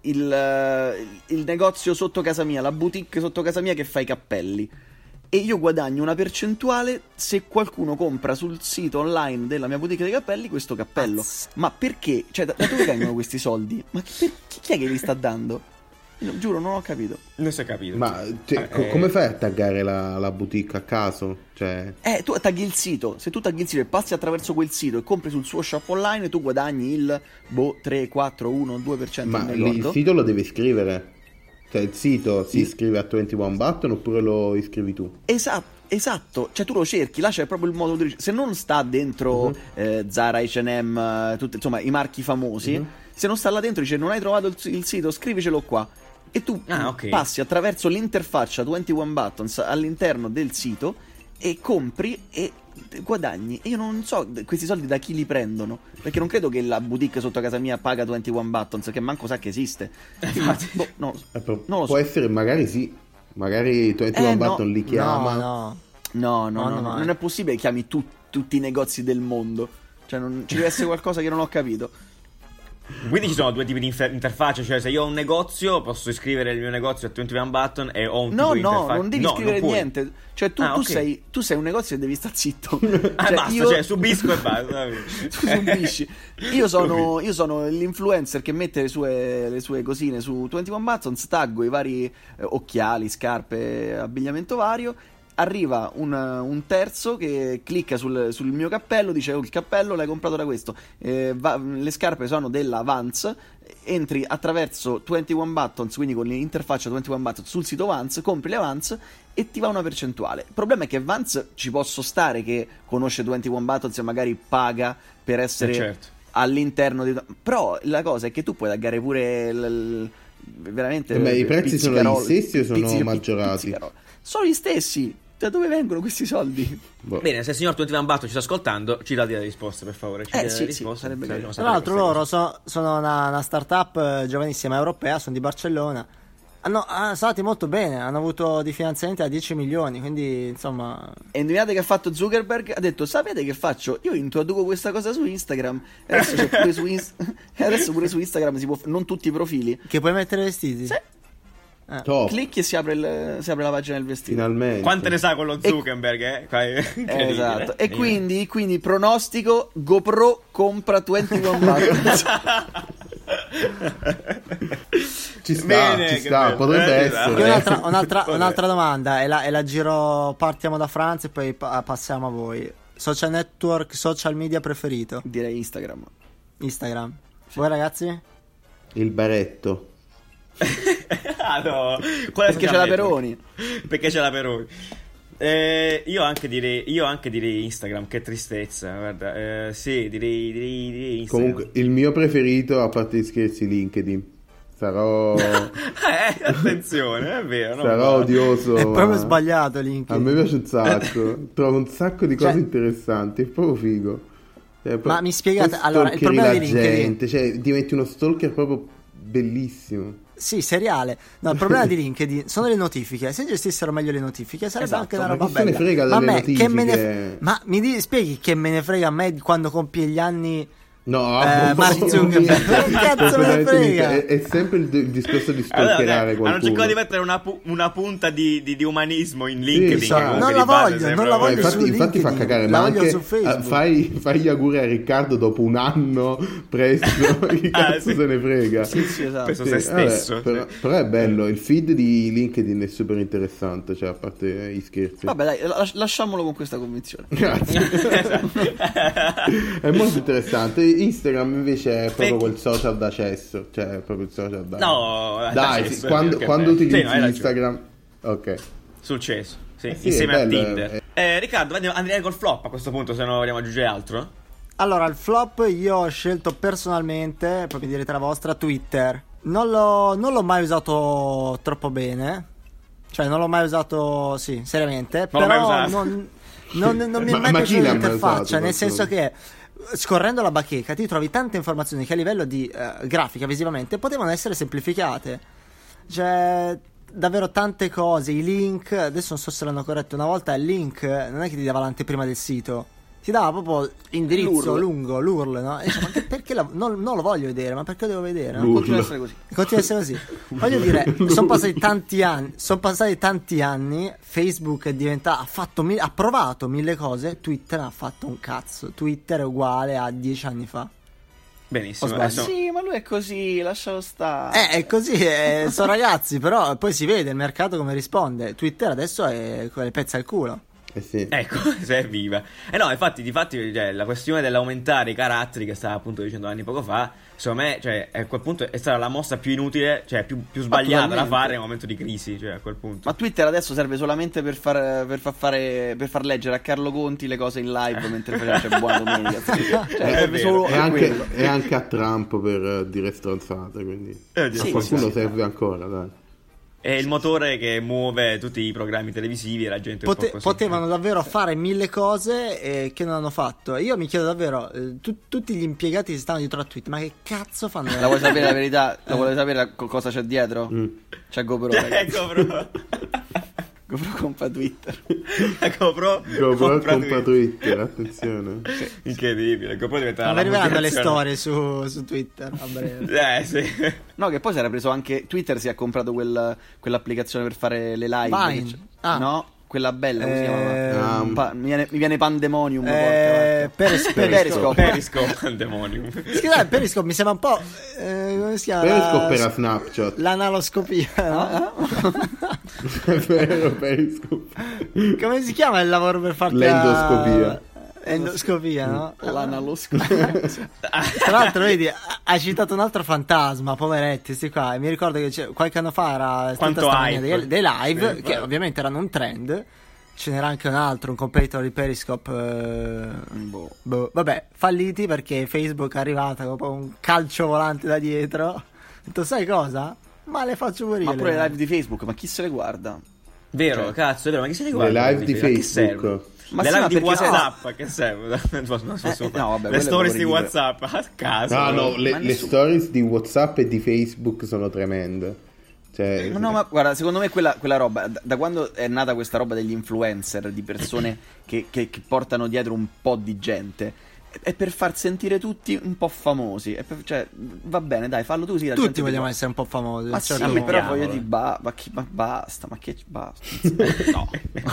il negozio sotto casa mia, la boutique sotto casa mia che fa i cappelli, e io guadagno una percentuale se qualcuno compra sul sito online della mia boutique dei cappelli questo cappello. Ma perché? Cioè, da dove vengono questi soldi? Ma chi è che li sta dando? Io, giuro, non ho capito. Non si è capito. Ma come fai a taggare la boutique a caso? Cioè, Tu tagli il sito. Se tu tagli il sito e passi attraverso quel sito e compri sul suo shop online, tu guadagni il 3, 4, 1, 2%. ma non mi il ricordo. sito lo devi scrivere? Cioè il sito si iscrive a 21 Button oppure lo iscrivi tu? Esatto, cioè tu lo cerchi, là c'è proprio il modo di... Se non sta dentro Zara, H&M, insomma i marchi famosi, se non sta là dentro dice non hai trovato il sito, scrivicelo qua. E tu passi attraverso l'interfaccia 21 Buttons all'interno del sito e compri e guadagni. E io non so questi soldi da chi li prendono, perché non credo che la boutique sotto casa mia paga 21 Buttons, che manco sa che esiste. Non lo Può so. essere, magari sì. Magari 21 Button li chiama. No. Non è possibile che chiami tutti i negozi del mondo. Cioè ci deve essere qualcosa che non ho capito. Quindi ci sono due tipi di interfacce, cioè se io ho un negozio posso iscrivere il mio negozio a 21 Button e ho un tipo di interfaccia. Non devi scrivere non niente. Cioè tu ok. tu sei un negozio e devi star zitto. Basta, subisco e basta. Tu subisci. Io sono l'influencer che mette le sue cosine su 21 Buttons, taggo i vari occhiali, scarpe, abbigliamento vario. Arriva un terzo che clicca sul mio cappello, dice il cappello l'hai comprato da questo, le scarpe sono della Vans, entri attraverso 21 Buttons, quindi con l'interfaccia 21 Buttons sul sito Vans, compri le Vans e ti va una percentuale. Il problema è che Vans ci posso stare che conosce 21 Buttons e magari paga per essere certo. all'interno di... Però la cosa è che tu puoi taggare pure veramente... I prezzi sono gli stessi o sono maggiorati? Sono gli stessi. Da dove vengono questi soldi? Bene, se il signor 21 Button ci sta ascoltando, ci dà delle risposte, per favore. Sì, sarebbe carino. Tra l'altro loro sono una startup giovanissima europea, sono di Barcellona sono stati molto bene, hanno avuto di finanziamenti a 10 milioni, quindi insomma... E indovinate che ha fatto Zuckerberg? Ha detto, sapete che faccio? Io introduco questa cosa su Instagram e adesso, c'è pure su e adesso pure su Instagram si può non tutti i profili. Che puoi mettere vestiti? Sì. Top. Clicchi e si apre la pagina del vestito. Finalmente. Quante ne sa quello Zuckerberg, Incredibile. Esatto. E quindi pronostico: GoPro compra 21 Buttons. Ci sta, Bene, ci che sta, bello. potrebbe essere. Io un'altra domanda, e la giro, partiamo da Franza e poi passiamo a voi. Social network, social media preferito? Direi Instagram. Instagram. Voi ragazzi? Il baretto. Ah, no. Perché c'è la Peroni. Perché c'è la Peroni. Io anche direi Instagram, che tristezza, guarda. Sì, direi Instagram. Comunque, il mio preferito, a parte gli scherzi, LinkedIn. Sarò attenzione, è vero. non sarò vale. odioso. È proprio ma sbagliato A LinkedIn. me piace un sacco. Trovo un sacco di cose Cioè- interessanti. È proprio figo. Ma mi spiegate, poi allora, il stalkeri problema la di LinkedIn- gente, cioè diventi uno stalker proprio bellissimo. Sì, seriale. No, il problema di LinkedIn sono le notifiche. Se gestissero meglio le notifiche sarebbe Esatto, anche una ma roba chi se ne bella. frega Ma a delle me, che me notifiche? ma mi spieghi che me ne frega a me quando compie gli anni No, Mark Zuckerberg? Che cazzo me ne frega? È sempre il discorso di Allora, stalkerare hanno qualcuno. cercato di mettere una punta di umanismo in LinkedIn. Sì, che comunque non di la base voglio, sembra- non la voglio infatti, su infatti fa LinkedIn, cagare, la ma voglio anche su Facebook. fai gli auguri a Riccardo dopo un anno presto, chi cazzo sì. se ne frega. Sì, esatto. Penso Sì, se stesso. vabbè, però è bello, il feed di LinkedIn è super interessante, cioè a parte gli scherzi. Vabbè, dai, lasciamolo con questa convinzione. Grazie. È molto interessante. Instagram invece è proprio quel social d'accesso, cioè è proprio il social da... No, dai, d'accesso, sì, quando perché bello. utilizzi Sì, no, hai ragione. Instagram, ok. Sul cesso, sì, sì, insieme è a bello, Tinder. Riccardo, andrei col flop a questo punto, se non vogliamo aggiungere altro. Allora, il flop io ho scelto personalmente, poi mi direte la vostra, Twitter. Non l'ho mai usato troppo bene. Cioè, non l'ho mai usato, sì, seriamente. Non l'ho mai però usato. non mi è mai Ma chi piaciuta l'ha mai l'interfaccia, usato, nel senso che scorrendo la bacheca ti trovi tante informazioni che a livello di grafica, visivamente, potevano essere semplificate. Cioè, davvero tante cose, i link, adesso non so se l'hanno corretto, una volta il link non è che ti dava l'anteprima del sito, ti dava proprio indirizzo L'URL. lungo, l'URL, no? E dice, ma perché non lo voglio vedere, ma perché lo devo vedere? No? L'URL. Continua a essere così. Continua a essere così. Voglio dire, sono passati tanti anni, Facebook è diventato, ha provato mille cose, Twitter ha fatto un cazzo. Twitter è uguale a 10 anni fa. Benissimo. Ho sbaglio. Adesso... Sì, ma lui è così, lascialo stare. È così, sono ragazzi, però poi si vede il mercato come risponde. Twitter adesso è quelle pezze al culo. Eh sì. Ecco, serviva. No, infatti, cioè, la questione dell'aumentare i caratteri che stava appunto dicendo Anni poco fa, secondo me, cioè, a quel punto è stata la mossa più inutile, cioè più sbagliata da totalmente. fare nel momento di crisi, cioè a quel punto. Ma Twitter adesso serve solamente per far leggere a Carlo Conti le cose in live mentre c'è buona domenica. Cioè, serve vero. solo E a anche, quello. e anche a Trump per dire stronzate, quindi Sì, a qualcuno sì. serve ancora, dai. È il motore che muove tutti i programmi televisivi e la gente un po' così. Potevano davvero fare mille cose che non hanno fatto. E io mi chiedo davvero, tutti gli impiegati che stanno dietro a Twitter, ma che cazzo fanno? La vuoi sapere la verità? La vuoi sapere cosa c'è dietro? C'è GoPro, ragazzi. Ecco, bro. GoPro compra Twitter. GoPro GoPro compra compra Twitter, attenzione. Incredibile. GoPro diventa Non la arriveranno le multinazionale. storie su Twitter a breve. Sì. No, che poi si era preso anche Twitter, si è comprato quell'applicazione per fare le live. Vine. che c'è- Ah. No, quella bella, come si chiamava? Ah, Mi viene Pandemonium. porca Periscope. Periscope Pandemonium. Scusa, Periscope mi sembra un po'. Come si chiama? Periscope era Snapchat. L'analoscopia, no? È vero, Periscope. Come si chiama il lavoro per farti L'endoscopia. Endoscopia, no? L'analoscopia. Tra l'altro, vedi, hai citato un altro fantasma, poveretti, sti qua. E mi ricordo che qualche anno fa era Quanto tutta sta mania hype. dei live, Sì, che bello. ovviamente erano un trend. Ce n'era anche un altro, un competitor di Periscope. Vabbè, falliti perché Facebook è arrivata con un calcio volante da dietro. Ho detto, sai cosa? Ma le faccio morire. Ma pure le live di Facebook, ma chi se le guarda? Vero, Cioè, cazzo, è vero, ma chi se ne Le guarda? live di A che serve? Facebook. Ma Le sì, live ma di perché WhatsApp, a che serve? Non posso no, vabbè, le quello è stories di ridicolo. WhatsApp a caso. No, no, Ma le nessuno- stories di WhatsApp e di Facebook sono tremende. Cioè, No, ma guarda, secondo me quella roba, da quando è nata questa roba degli influencer, di persone che portano dietro un po' di gente, è per far sentire tutti un po' famosi. Cioè, va bene, dai, fallo tu, sì. La Tutti gente vogliamo ti- essere un po' famosi. Ma cioè, sì, no. però voglio dire, ma basta, ma che basta. No.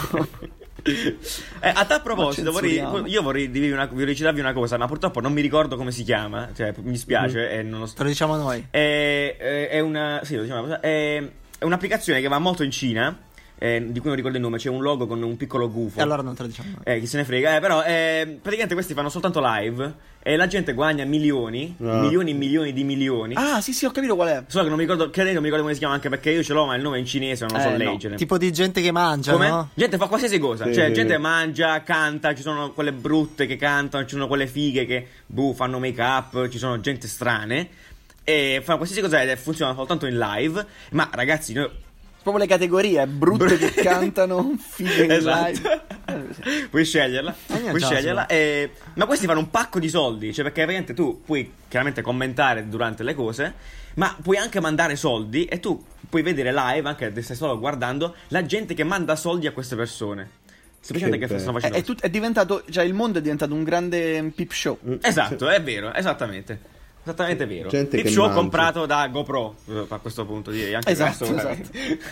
A tal proposito, Ma censuriamo. io vorrei ricitarvi una cosa, ma purtroppo non mi ricordo come si chiama. Cioè, mi spiace. E non lo Te lo diciamo noi. È una. Sì, lo diciamo, è un'applicazione che va molto in Cina. Di cui non ricordo il nome. C'è un logo con un piccolo gufo. E allora non te lo diciamo noi. Chi se ne frega, però praticamente questi fanno soltanto live e la gente guadagna milioni, milioni e milioni di milioni. Ah, sì, ho capito qual è. Solo che non mi ricordo, credo non mi ricordo come si chiama, anche perché io ce l'ho, ma il nome è in cinese, non lo so No. leggere. Tipo di gente che mangia, Come? no? Gente fa qualsiasi cosa, Sì, cioè sì, gente sì. mangia, canta, ci sono quelle brutte che cantano, ci sono quelle fighe che fanno make up, ci sono gente strane e fanno qualsiasi cosa ed funziona soltanto in live. Ma ragazzi, noi Proprio le categorie, brutte che cantano, fighe in esatto. live. Puoi sceglierla, puoi già, sceglierla ma questi fanno un pacco di soldi, cioè perché praticamente tu puoi chiaramente commentare durante le cose, ma puoi anche mandare soldi e tu puoi vedere live, anche se stai solo guardando, la gente che manda soldi a queste persone. Semplicemente che Che stanno È, facendo. è diventato, cioè il mondo è diventato un grande peep show. Esatto, è vero, esattamente. Esattamente vero. Gente Peep che Show mangia. comprato da GoPro a questo punto direi anche Esatto, questo.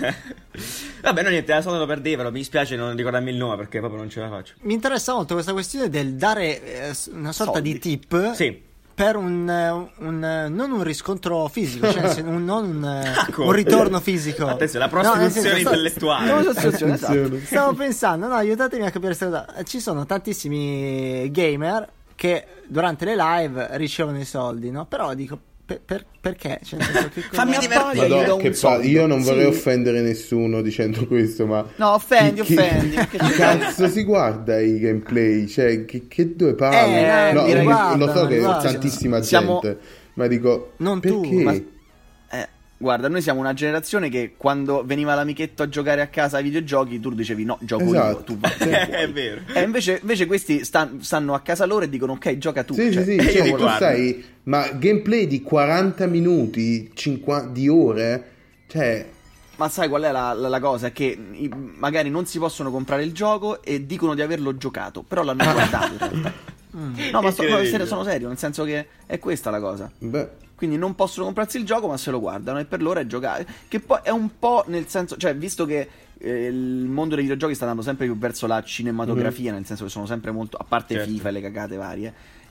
Vabbè, no niente, era solo per dirvelo, mi spiace non ricordarmi il nome perché proprio non ce la faccio. Mi interessa molto questa questione del dare una sorta Soldi. di tip Sì. per non un riscontro fisico, cioè non come? un ritorno fisico. Attenzione, la No, nel prostituzione senso, intellettuale. Come associazione, esatto. Attenzione. Stavo pensando, no, aiutatemi a capire questa cosa. Ci sono tantissimi gamer che durante le live ricevono i soldi, no? Però dico, perché? Cioè, nel senso, che cosa- Fammi divertire. Madonna, Madonna, io do che un soldo. io non vorrei Sì. offendere nessuno dicendo questo, ma No, offendi. chi Che cazzo si guarda i gameplay? Cioè, che dove parla? no, No, guarda, lo so che guarda. tantissima Siamo- gente, ma dico, Non tu, perché? ma- Guarda, noi siamo una generazione che quando veniva l'amichetto a giocare a casa ai videogiochi, tu dicevi no, gioco io, Esatto. tu vai. È vero. E invece questi stanno a casa loro e dicono ok, gioca tu. Sì, Cioè, sì, io cioè, li tu guardo. sai, ma gameplay di 40 minuti, 50 di ore, cioè, Ma sai qual è la cosa? È che magari non si possono comprare il gioco e dicono di averlo giocato, però l'hanno guardato in realtà. No, ma Incredibile. sono serio, nel senso che è questa la cosa. beh, Quindi non possono comprarsi il gioco, ma se lo guardano e per loro è giocare. Che poi è un po' nel senso, cioè, visto che il mondo dei videogiochi sta andando sempre più verso la cinematografia, nel senso che sono sempre molto, a parte Certo. FIFA e le cagate varie.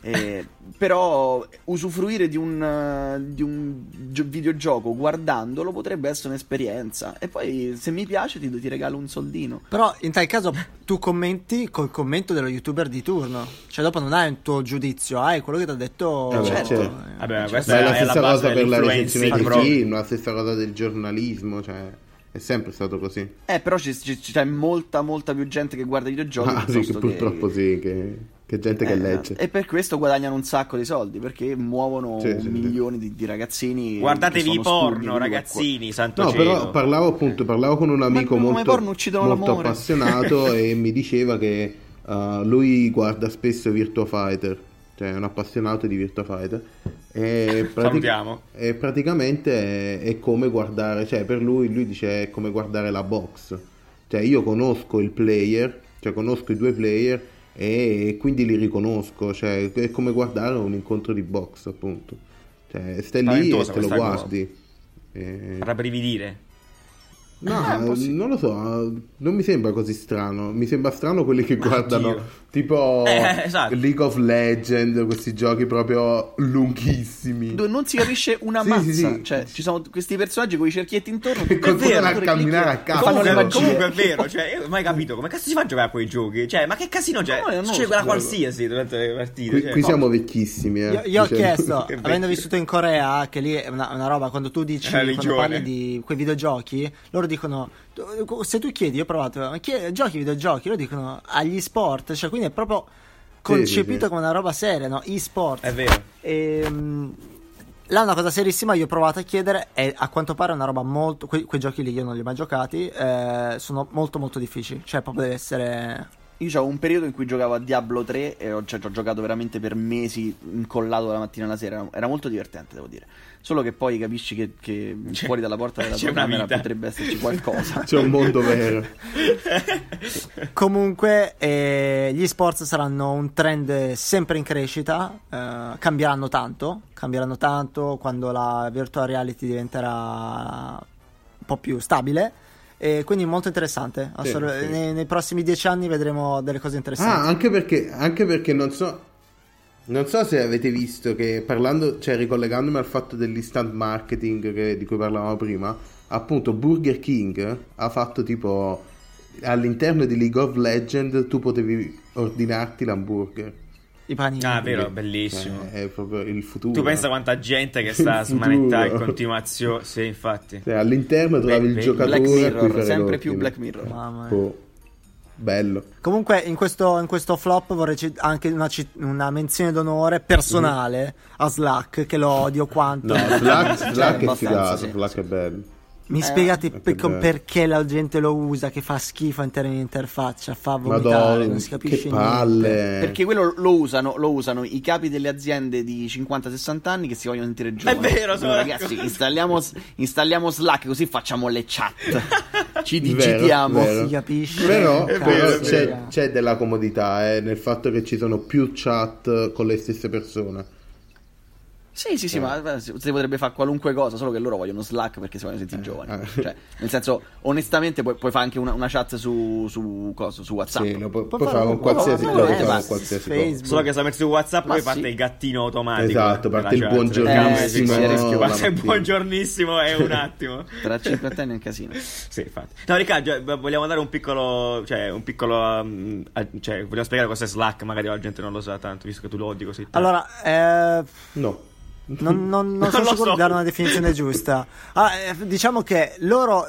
Però usufruire di un videogioco guardandolo potrebbe essere un'esperienza. E poi se mi piace ti regalo un soldino. Però in tal caso tu commenti col commento dello youtuber di turno. Cioè dopo non hai un tuo giudizio, hai quello che ti ha detto. Vabbè, certo. Vabbè, questa ma è la è stessa base cosa per la dell'influencing recensione di proprio. film, la stessa cosa del giornalismo, cioè, è sempre stato così. Però c'è molta più gente che guarda i videogiochi Ah, sì, che piuttosto purtroppo sì, che gente che legge. E per questo guadagnano un sacco di soldi, perché muovono Sì, sì, milioni di ragazzini. Guardatevi che i sono porno, stupidi, ragazzini, santo No, cielo. però parlavo con un amico come molto, porno uccidono molto l'amore. appassionato e mi diceva che lui guarda spesso Virtua Fighter, cioè è un appassionato di Virtua Fighter e, Salutiamo. e praticamente è come guardare, cioè per lui dice è come guardare la box, cioè io conosco il player, cioè conosco i due player e quindi li riconosco, cioè è come guardare un incontro di box, appunto, cioè stai lì e Spaventosa te lo questa cosa. guardi. E- Farà brividire. No, non lo so, non mi sembra così strano. Mi sembra strano quelli che guardano Dio. tipo Esatto. League of Legends, questi giochi proprio lunghissimi. Dove non si capisce una Sì, mazza. sì, sì. Cioè, ci sono questi personaggi con i cerchietti intorno. Che continuano a camminare a caso. Fanno le magie. Comunque è vero, cioè, io non ho mai capito come cazzo si fa a giocare a quei giochi. Cioè, ma che casino c'è? No, io non lo C'è so, quella guarda. qualsiasi durante le partite. Qui, cioè, qui no. siamo vecchissimi, Io ho dicendo. chiesto, Che avendo vecchio. vissuto in Corea, che lì è una roba, quando tu dici, quando religione. parli di quei videogiochi, loro dicono, se tu chiedi, io ho provato, ma giochi ai videogiochi, loro dicono agli sport, cioè quindi è proprio concepito sì. come una roba seria, no? E-sport. È vero. Là una cosa serissima, io ho provato a chiedere, e a quanto pare è una roba molto, quei giochi lì io non li ho mai giocati, sono molto molto difficili, cioè proprio deve essere Io c'avevo un periodo in cui giocavo a Diablo 3 e ho giocato veramente per mesi incollato dalla mattina alla sera. Era molto divertente, devo dire. Solo che poi capisci che fuori dalla porta della tua camera potrebbe esserci qualcosa. C'è un mondo vero. Comunque gli sport saranno un trend sempre in crescita, cambieranno tanto quando la virtual reality diventerà un po' più stabile. E quindi molto interessante. Sì. Nei prossimi 10 anni vedremo delle cose interessanti. Anche perché non so se avete visto che ricollegandomi al fatto dell'instant marketing di cui parlavamo prima, appunto Burger King ha fatto tipo all'interno di League of Legends tu potevi ordinarti l'hamburger. I panini. Ah, vero, bellissimo. È proprio il futuro. Tu pensa quanta gente che sta a smanettare in continuazione. Sì, infatti. All'interno trovavi il giocatore Black a cui Mirror, fare sempre l'ordine. più Black Mirror. Mamma mia. Bello. Comunque in questo flop vorrei anche una menzione d'onore personale a Slack, che lo odio quanto. No, Slack è abbastanza, figato, sì. Slack è bello. Mi spiegate bello. perché la gente lo usa, che fa schifo in termini di interfaccia, fa vomitare, Madonna, non si capisce che palle. niente. Perché quello lo usano i capi delle aziende di 50-60 anni che si vogliono sentire giovani. È vero, sono ragazzi, installiamo Slack così facciamo le chat. Ci Vero, digitiamo. vero. Si capisce. Però vero, c'è della comodità nel fatto che ci sono più chat con le stesse persone. Sì, ma si potrebbe fare qualunque cosa, solo che loro vogliono Slack perché si vogliono sentire giovani. Cioè, nel senso, onestamente puoi fare anche una chat su WhatsApp. Sì, puoi fare fare con qualsiasi cosa. Facebook. Solo che se la metti su WhatsApp Ma poi sì. parte il gattino automatico. Esatto, parte il Della chat. buongiornissimo. Parte il mattina. buongiornissimo è un attimo. Tra 50 anni è un casino. Sì, infatti. No, Riccardo, vogliamo dare un piccolo. Vogliamo spiegare cos'è Slack, magari la gente non lo sa tanto, visto che tu lo odi così tanto. Allora, No. non sono lo sicuro so. di dare una definizione giusta. Diciamo che loro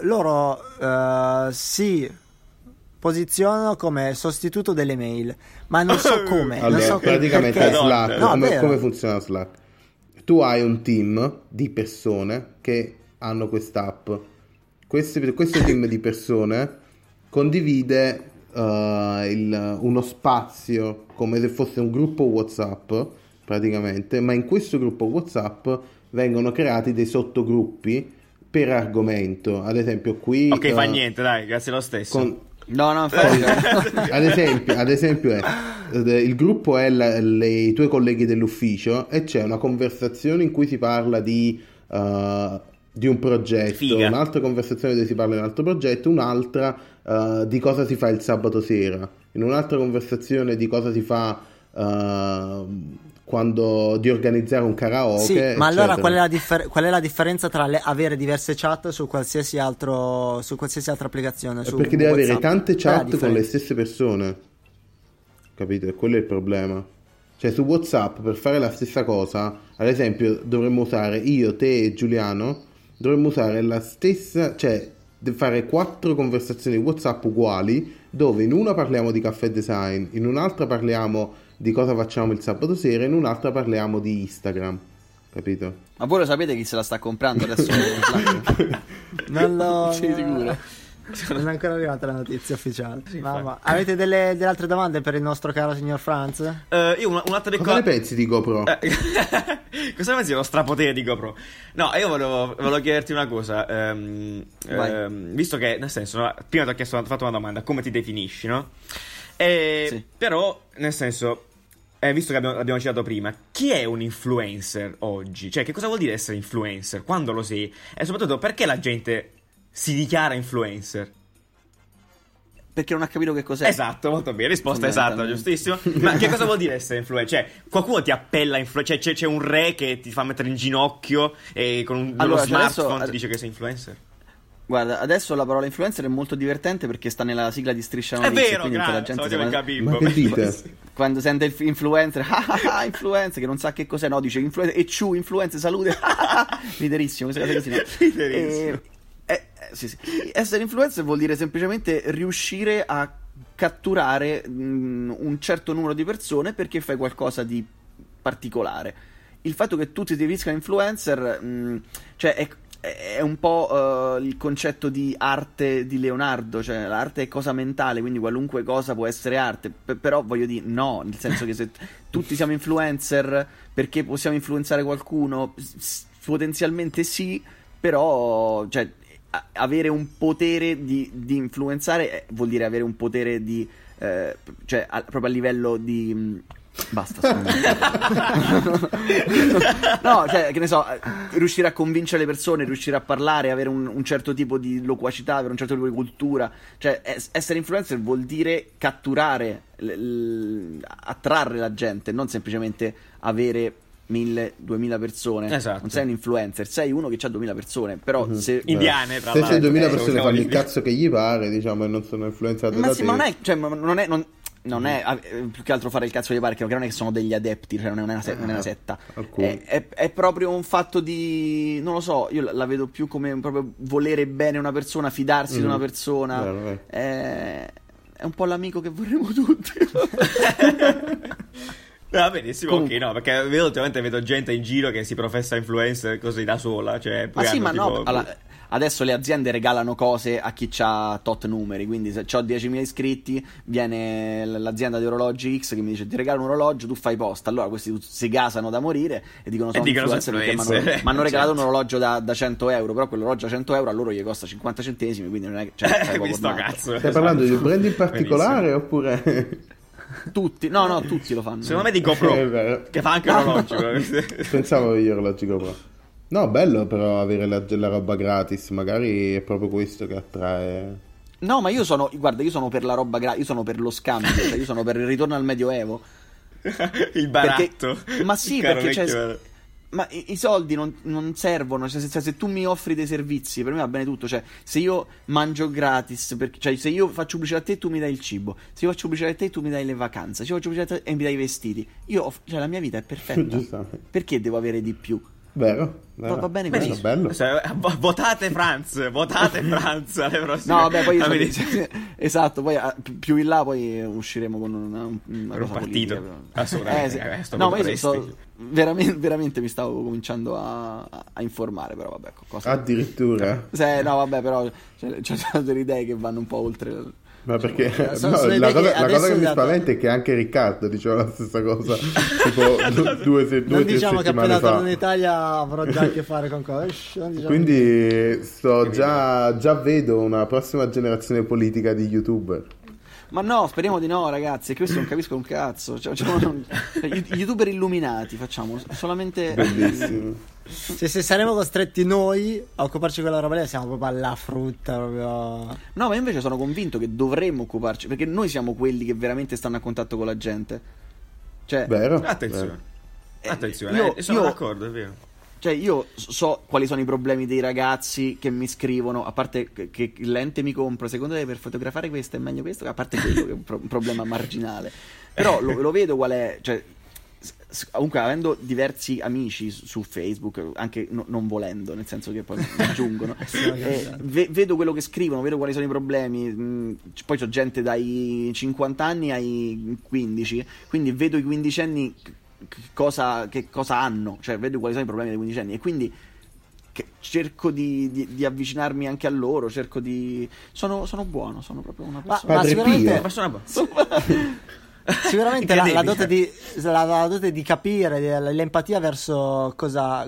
si posizionano come sostituto delle mail, ma non so come. non Allora, so praticamente perché. Slack, No, vero. come funziona Slack? Tu hai un team di persone che hanno quest'app. Questo team di persone condivide uno spazio come se fosse un gruppo WhatsApp, praticamente, ma in questo gruppo WhatsApp vengono creati dei sottogruppi per argomento. Ad esempio qui Ok, fa niente, dai, grazie lo stesso. No, infatti. ad esempio il gruppo è i tuoi colleghi dell'ufficio e c'è una conversazione in cui si parla di un progetto, Figa. un'altra conversazione dove si parla di un altro progetto, un'altra di cosa si fa il sabato sera, in un'altra conversazione di cosa si fa di organizzare un karaoke. Sì, ma allora eccetera. qual è la differenza tra avere diverse chat su qualsiasi altra applicazione? È su perché devi avere WhatsApp? tante Qual è la chat con le differenza? stesse persone, capito? E quello è il problema. Cioè su WhatsApp per fare la stessa cosa, ad esempio dovremmo usare io, te e Giuliano, dovremmo usare la stessa, cioè fare 4 conversazioni WhatsApp uguali, dove in una parliamo di caffè design, in un'altra parliamo di cosa facciamo il sabato sera, in un'altra parliamo di Instagram, capito? Ma voi lo sapete chi se la sta comprando adesso? Non lo Sei sicuro? Non è ancora arrivata la notizia ufficiale. Sì, Mamma. Avete delle altre domande per il nostro caro signor Franz? Io un'altra Cosa ne pensi di GoPro? Cosa ne pensi dello strapotere di GoPro? No, io volevo chiederti una cosa. Visto che, nel senso, no, prima ti ho fatto una domanda, come ti definisci, no? Sì. Però, nel senso, visto che l'abbiamo citato prima, chi è un influencer oggi? Cioè, che cosa vuol dire essere influencer? Quando lo sei? E soprattutto, perché la gente si dichiara influencer? Perché non ha capito che cos'è. Esatto, molto bene, risposta esatta, giustissimo. Ma che cosa vuol dire essere influencer? Cioè, qualcuno ti appella influencer, cioè c'è un re che ti fa mettere in ginocchio e con uno smartphone ti dice che sei influencer? Guarda, adesso la parola influencer è molto divertente perché sta nella sigla di Striscia È Notizie. vero, quindi grazie, la gente stavo capendo. Ma che dite? quando sente il influencer, influencer, che non sa che cos'è, no, dice influencer, e ciu, influencer, salute, riderissimo, queste cose così, no? Riderissimo. Sì. Essere influencer vuol dire semplicemente riuscire a catturare un certo numero di persone perché fai qualcosa di particolare. Il fatto che tutti ti definiscano influencer, cioè è un po' il concetto di arte di Leonardo, cioè l'arte è cosa mentale, quindi qualunque cosa può essere arte, però voglio dire no, nel senso che se tutti siamo influencer perché possiamo influenzare qualcuno, potenzialmente sì, però cioè avere un potere di influenzare vuol dire avere un potere di cioè proprio a livello di basta. No, cioè che ne so, riuscire a convincere le persone, riuscire a parlare, avere un certo tipo di loquacità, avere un certo tipo di cultura, cioè essere influencer vuol dire catturare attrarre la gente, non semplicemente avere 1000-2000 persone. Esatto. Non sei un influencer, sei uno che ha 2000 persone. Però se indiane, tra se l'altro, 2000 persone fanno il lì. Cazzo che gli pare, diciamo, e non sono influenzate ma da sì, te. ma non è più che altro fare il cazzo di pare, che non è che sono degli adepti, cioè non è una setta. È proprio un fatto di, non lo so, io la vedo più come proprio volere bene una persona, fidarsi di una persona. Vero. È un po' l'amico che vorremmo tutti. Va benissimo, ok, no, perché ultimamente vedo gente in giro che si professa influencer così da sola, cioè Ma sì, ma tipo... no, adesso le aziende regalano cose a chi ha tot numeri, quindi se ho 10.000 iscritti viene l'azienda di orologi X che mi dice ti regalo un orologio, tu fai posta, allora questi si gasano da morire e dicono sono influencer perché mi hanno regalato un orologio da 100 euro, però quell'orologio a 100 euro a loro gli costa 50 centesimi, quindi non è che cazzo. Stai parlando di un brand in particolare oppure... Tutti, no, tutti lo fanno. Secondo me di GoPro, che fa anche orologi. Pensavo io orologi GoPro. No, bello però avere la roba gratis, magari è proprio questo che attrae. No, ma io sono per la roba gratis, io sono per lo scambio, cioè io sono per il ritorno al Medioevo. Il baratto. Ma sì, perché ma i soldi non servono, cioè, se tu mi offri dei servizi, per me va bene tutto, cioè se io mangio gratis, cioè se io faccio pubblicità a te tu mi dai il cibo, se io faccio pubblicità a te tu mi dai le vacanze, se io faccio pubblicità a te e mi dai i vestiti, cioè la mia vita è perfetta, perché devo avere di più? Vero. Va bene così. Bello. Votate Franz alle prossime. No, vabbè, poi esatto, poi più in là poi usciremo con una cosa partito. Assolutamente. No, ma io veramente mi stavo cominciando a informare, però vabbè, addirittura. No, vabbè, però c'è delle idee che vanno un po' oltre. Ma perché la cosa che mi spaventa è che anche Riccardo diceva la stessa cosa tipo due non diciamo che appena fa. torno in Italia avrò già a che fare con cosa, quindi già vedo una prossima generazione politica di YouTuber. Ma no, speriamo di no, ragazzi. Questo non capisco un cazzo. Gli YouTuber illuminati facciamo solamente. Bellissimo. Se saremo costretti noi a occuparci di quella roba lì, siamo proprio alla frutta. Proprio. No, ma invece sono convinto che dovremmo occuparci, perché noi siamo quelli che veramente stanno a contatto con la gente. Cioè, vero? Attenzione. Sono d'accordo, è vero. Cioè io so quali sono i problemi dei ragazzi che mi scrivono, a parte che lente mi compro, secondo te per fotografare questo è meglio questo, a parte quello che è un problema marginale, però lo vedo qual è, cioè comunque avendo diversi amici su Facebook, anche non volendo, nel senso che poi mi aggiungono, vedo quello che scrivono, vedo quali sono i problemi, poi c'ho gente dai 50 anni ai 15, quindi vedo i quindicenni che cosa hanno, cioè vedo quali sono i problemi dei quindicenni e quindi cerco di avvicinarmi anche a loro, sono buono, sono proprio una persona, ma sicuramente sicuramente la dote di capire, l'empatia verso cosa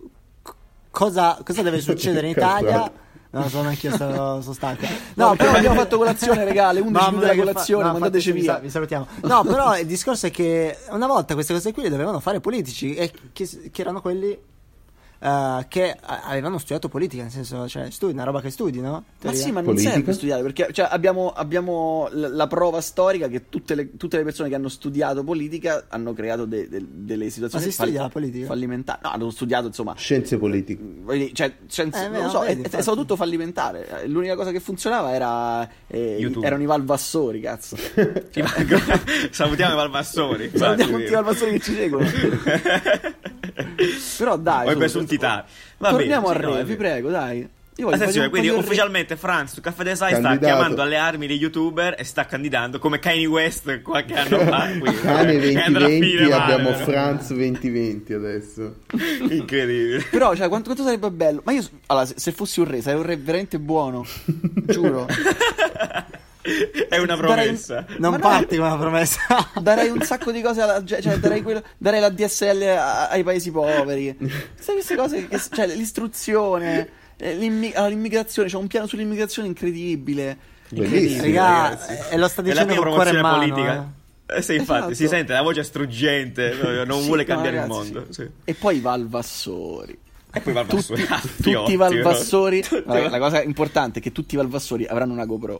deve succedere in Italia. No, sono anch'io sto stanco. No, però abbiamo fatto colazione, regale, 11 minuti la colazione, mandateci via. Vi salutiamo. No, però il discorso è che una volta queste cose qui le dovevano fare politici e che erano quelli che avevano studiato politica, nel senso, cioè studi, una roba che studi, no? Ma sì, ma non serve studiare, perché cioè, abbiamo la prova storica che tutte le persone che hanno studiato politica hanno creato delle situazioni ma si studia la politica? fallimentari. No, hanno studiato, insomma, scienze politiche. Cioè, non lo so, è stato tutto fallimentare. L'unica cosa che funzionava erano i Valvassori, cazzo. Salutiamo i Valvassori. Salutiamo tutti i Valvassori che ci seguono. Però dai, torniamo a Re, vi prego, dai. Io voglio Attenzione, quindi voglio ufficialmente Franz su Caffè Design sta Candidato. chiamando alle armi degli youtuber e sta candidando come Kanye West qualche anno fa. Cane E andrà a 2020, finire male, abbiamo però. Franz 2020 adesso. Incredibile. Però, cioè, quanto sarebbe bello. Ma io, allora, se fossi un re, sarei un re veramente buono. Giuro. È una promessa. Non Ma no. parti con una promessa. Darei un sacco di cose alla gente, cioè darei la DSL ai paesi poveri. Queste cose cioè l'istruzione, l'immigrazione, c'è un piano sull'immigrazione incredibile. Bellissimo. Raga, e lo sta È la dicendo mia con cuore in promozione mano. politica. Sì, infatti, Esatto. si sente la voce struggente, non Sì, vuole no, cambiare il ragazzi, mondo. sì. Sì. E poi Valvassori. E poi Valvassori. Tutti i Valvassori. Tutti Vabbè, la cosa importante è che tutti i Valvassori avranno una GoPro.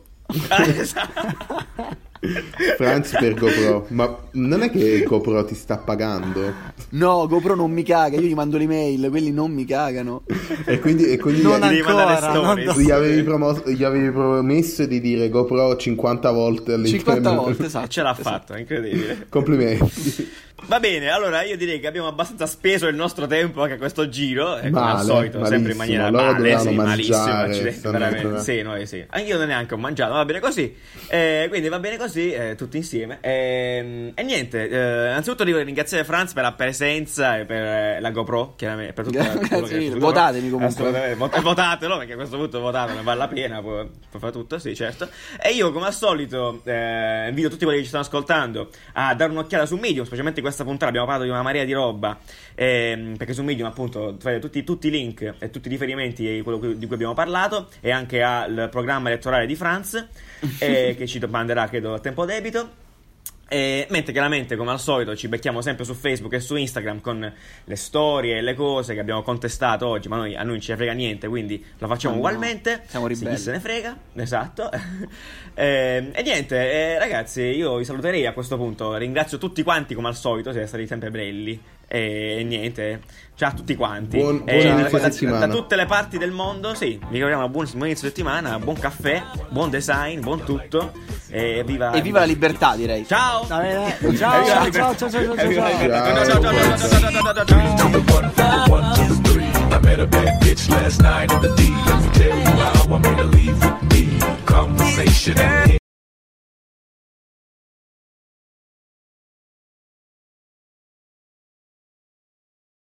Esatto. Franz per GoPro. Ma non è che GoPro ti sta pagando? No, GoPro non mi caga, io gli mando l'email, quelli non mi cagano. E quindi Non Devi mandare ancora, non stories. gli avevi promesso di dire GoPro 50 volte all'interno. 50 volte, esatto. Ce l'ha esatto. fatto, è incredibile. Complimenti. Va bene, allora io direi che abbiamo abbastanza speso il nostro tempo anche a questo giro, come Male, al solito, sempre in malissimo. maniera Loro male, dovevano sì, malissimo, mangiare, accidenti, stanno veramente. ancora. Sì, noi sì. Anche io neanche ho mangiato, va bene così. Quindi va bene così, tutti insieme. E niente, innanzitutto devo ringraziare Franz per la presenza e per la GoPro, chiaramente, per tutto quello Grazie che mille, votatemi comunque. Assolutamente, votatelo perché a questo punto votatelo, vale la pena, può fare tutto, sì, certo. E io come al solito invito tutti quelli che ci stanno ascoltando a dare un'occhiata su Medium, specialmente in questa puntata abbiamo parlato di una marea di roba, perché su Medium appunto trovate tutti i link e tutti i riferimenti di quello di cui abbiamo parlato e anche al programma elettorale di Franz che ci manderà credo a tempo debito. Mentre chiaramente come al solito ci becchiamo sempre su Facebook e su Instagram con le storie e le cose che abbiamo contestato oggi, ma a noi non ci frega niente, quindi lo facciamo No, ugualmente. siamo ribelli. Chi se ne frega, esatto. E niente, ragazzi, io vi saluterei a questo punto. Ringrazio tutti quanti come al solito, siete stati sempre belli. E niente, ciao a tutti quanti. Buon inizio settimana. Da tutte le parti del mondo, sì, vi auguriamo un buon inizio settimana, buon caffè, buon design, buon tutto. E viva la libertà, direi. Ciao! Va bene. Ciao, ciao, ciao, ciao, ciao, ciao, ciao. Ciao. I met a bad bitch last night in the D. Let me tell you how I made her leave with me. Conversation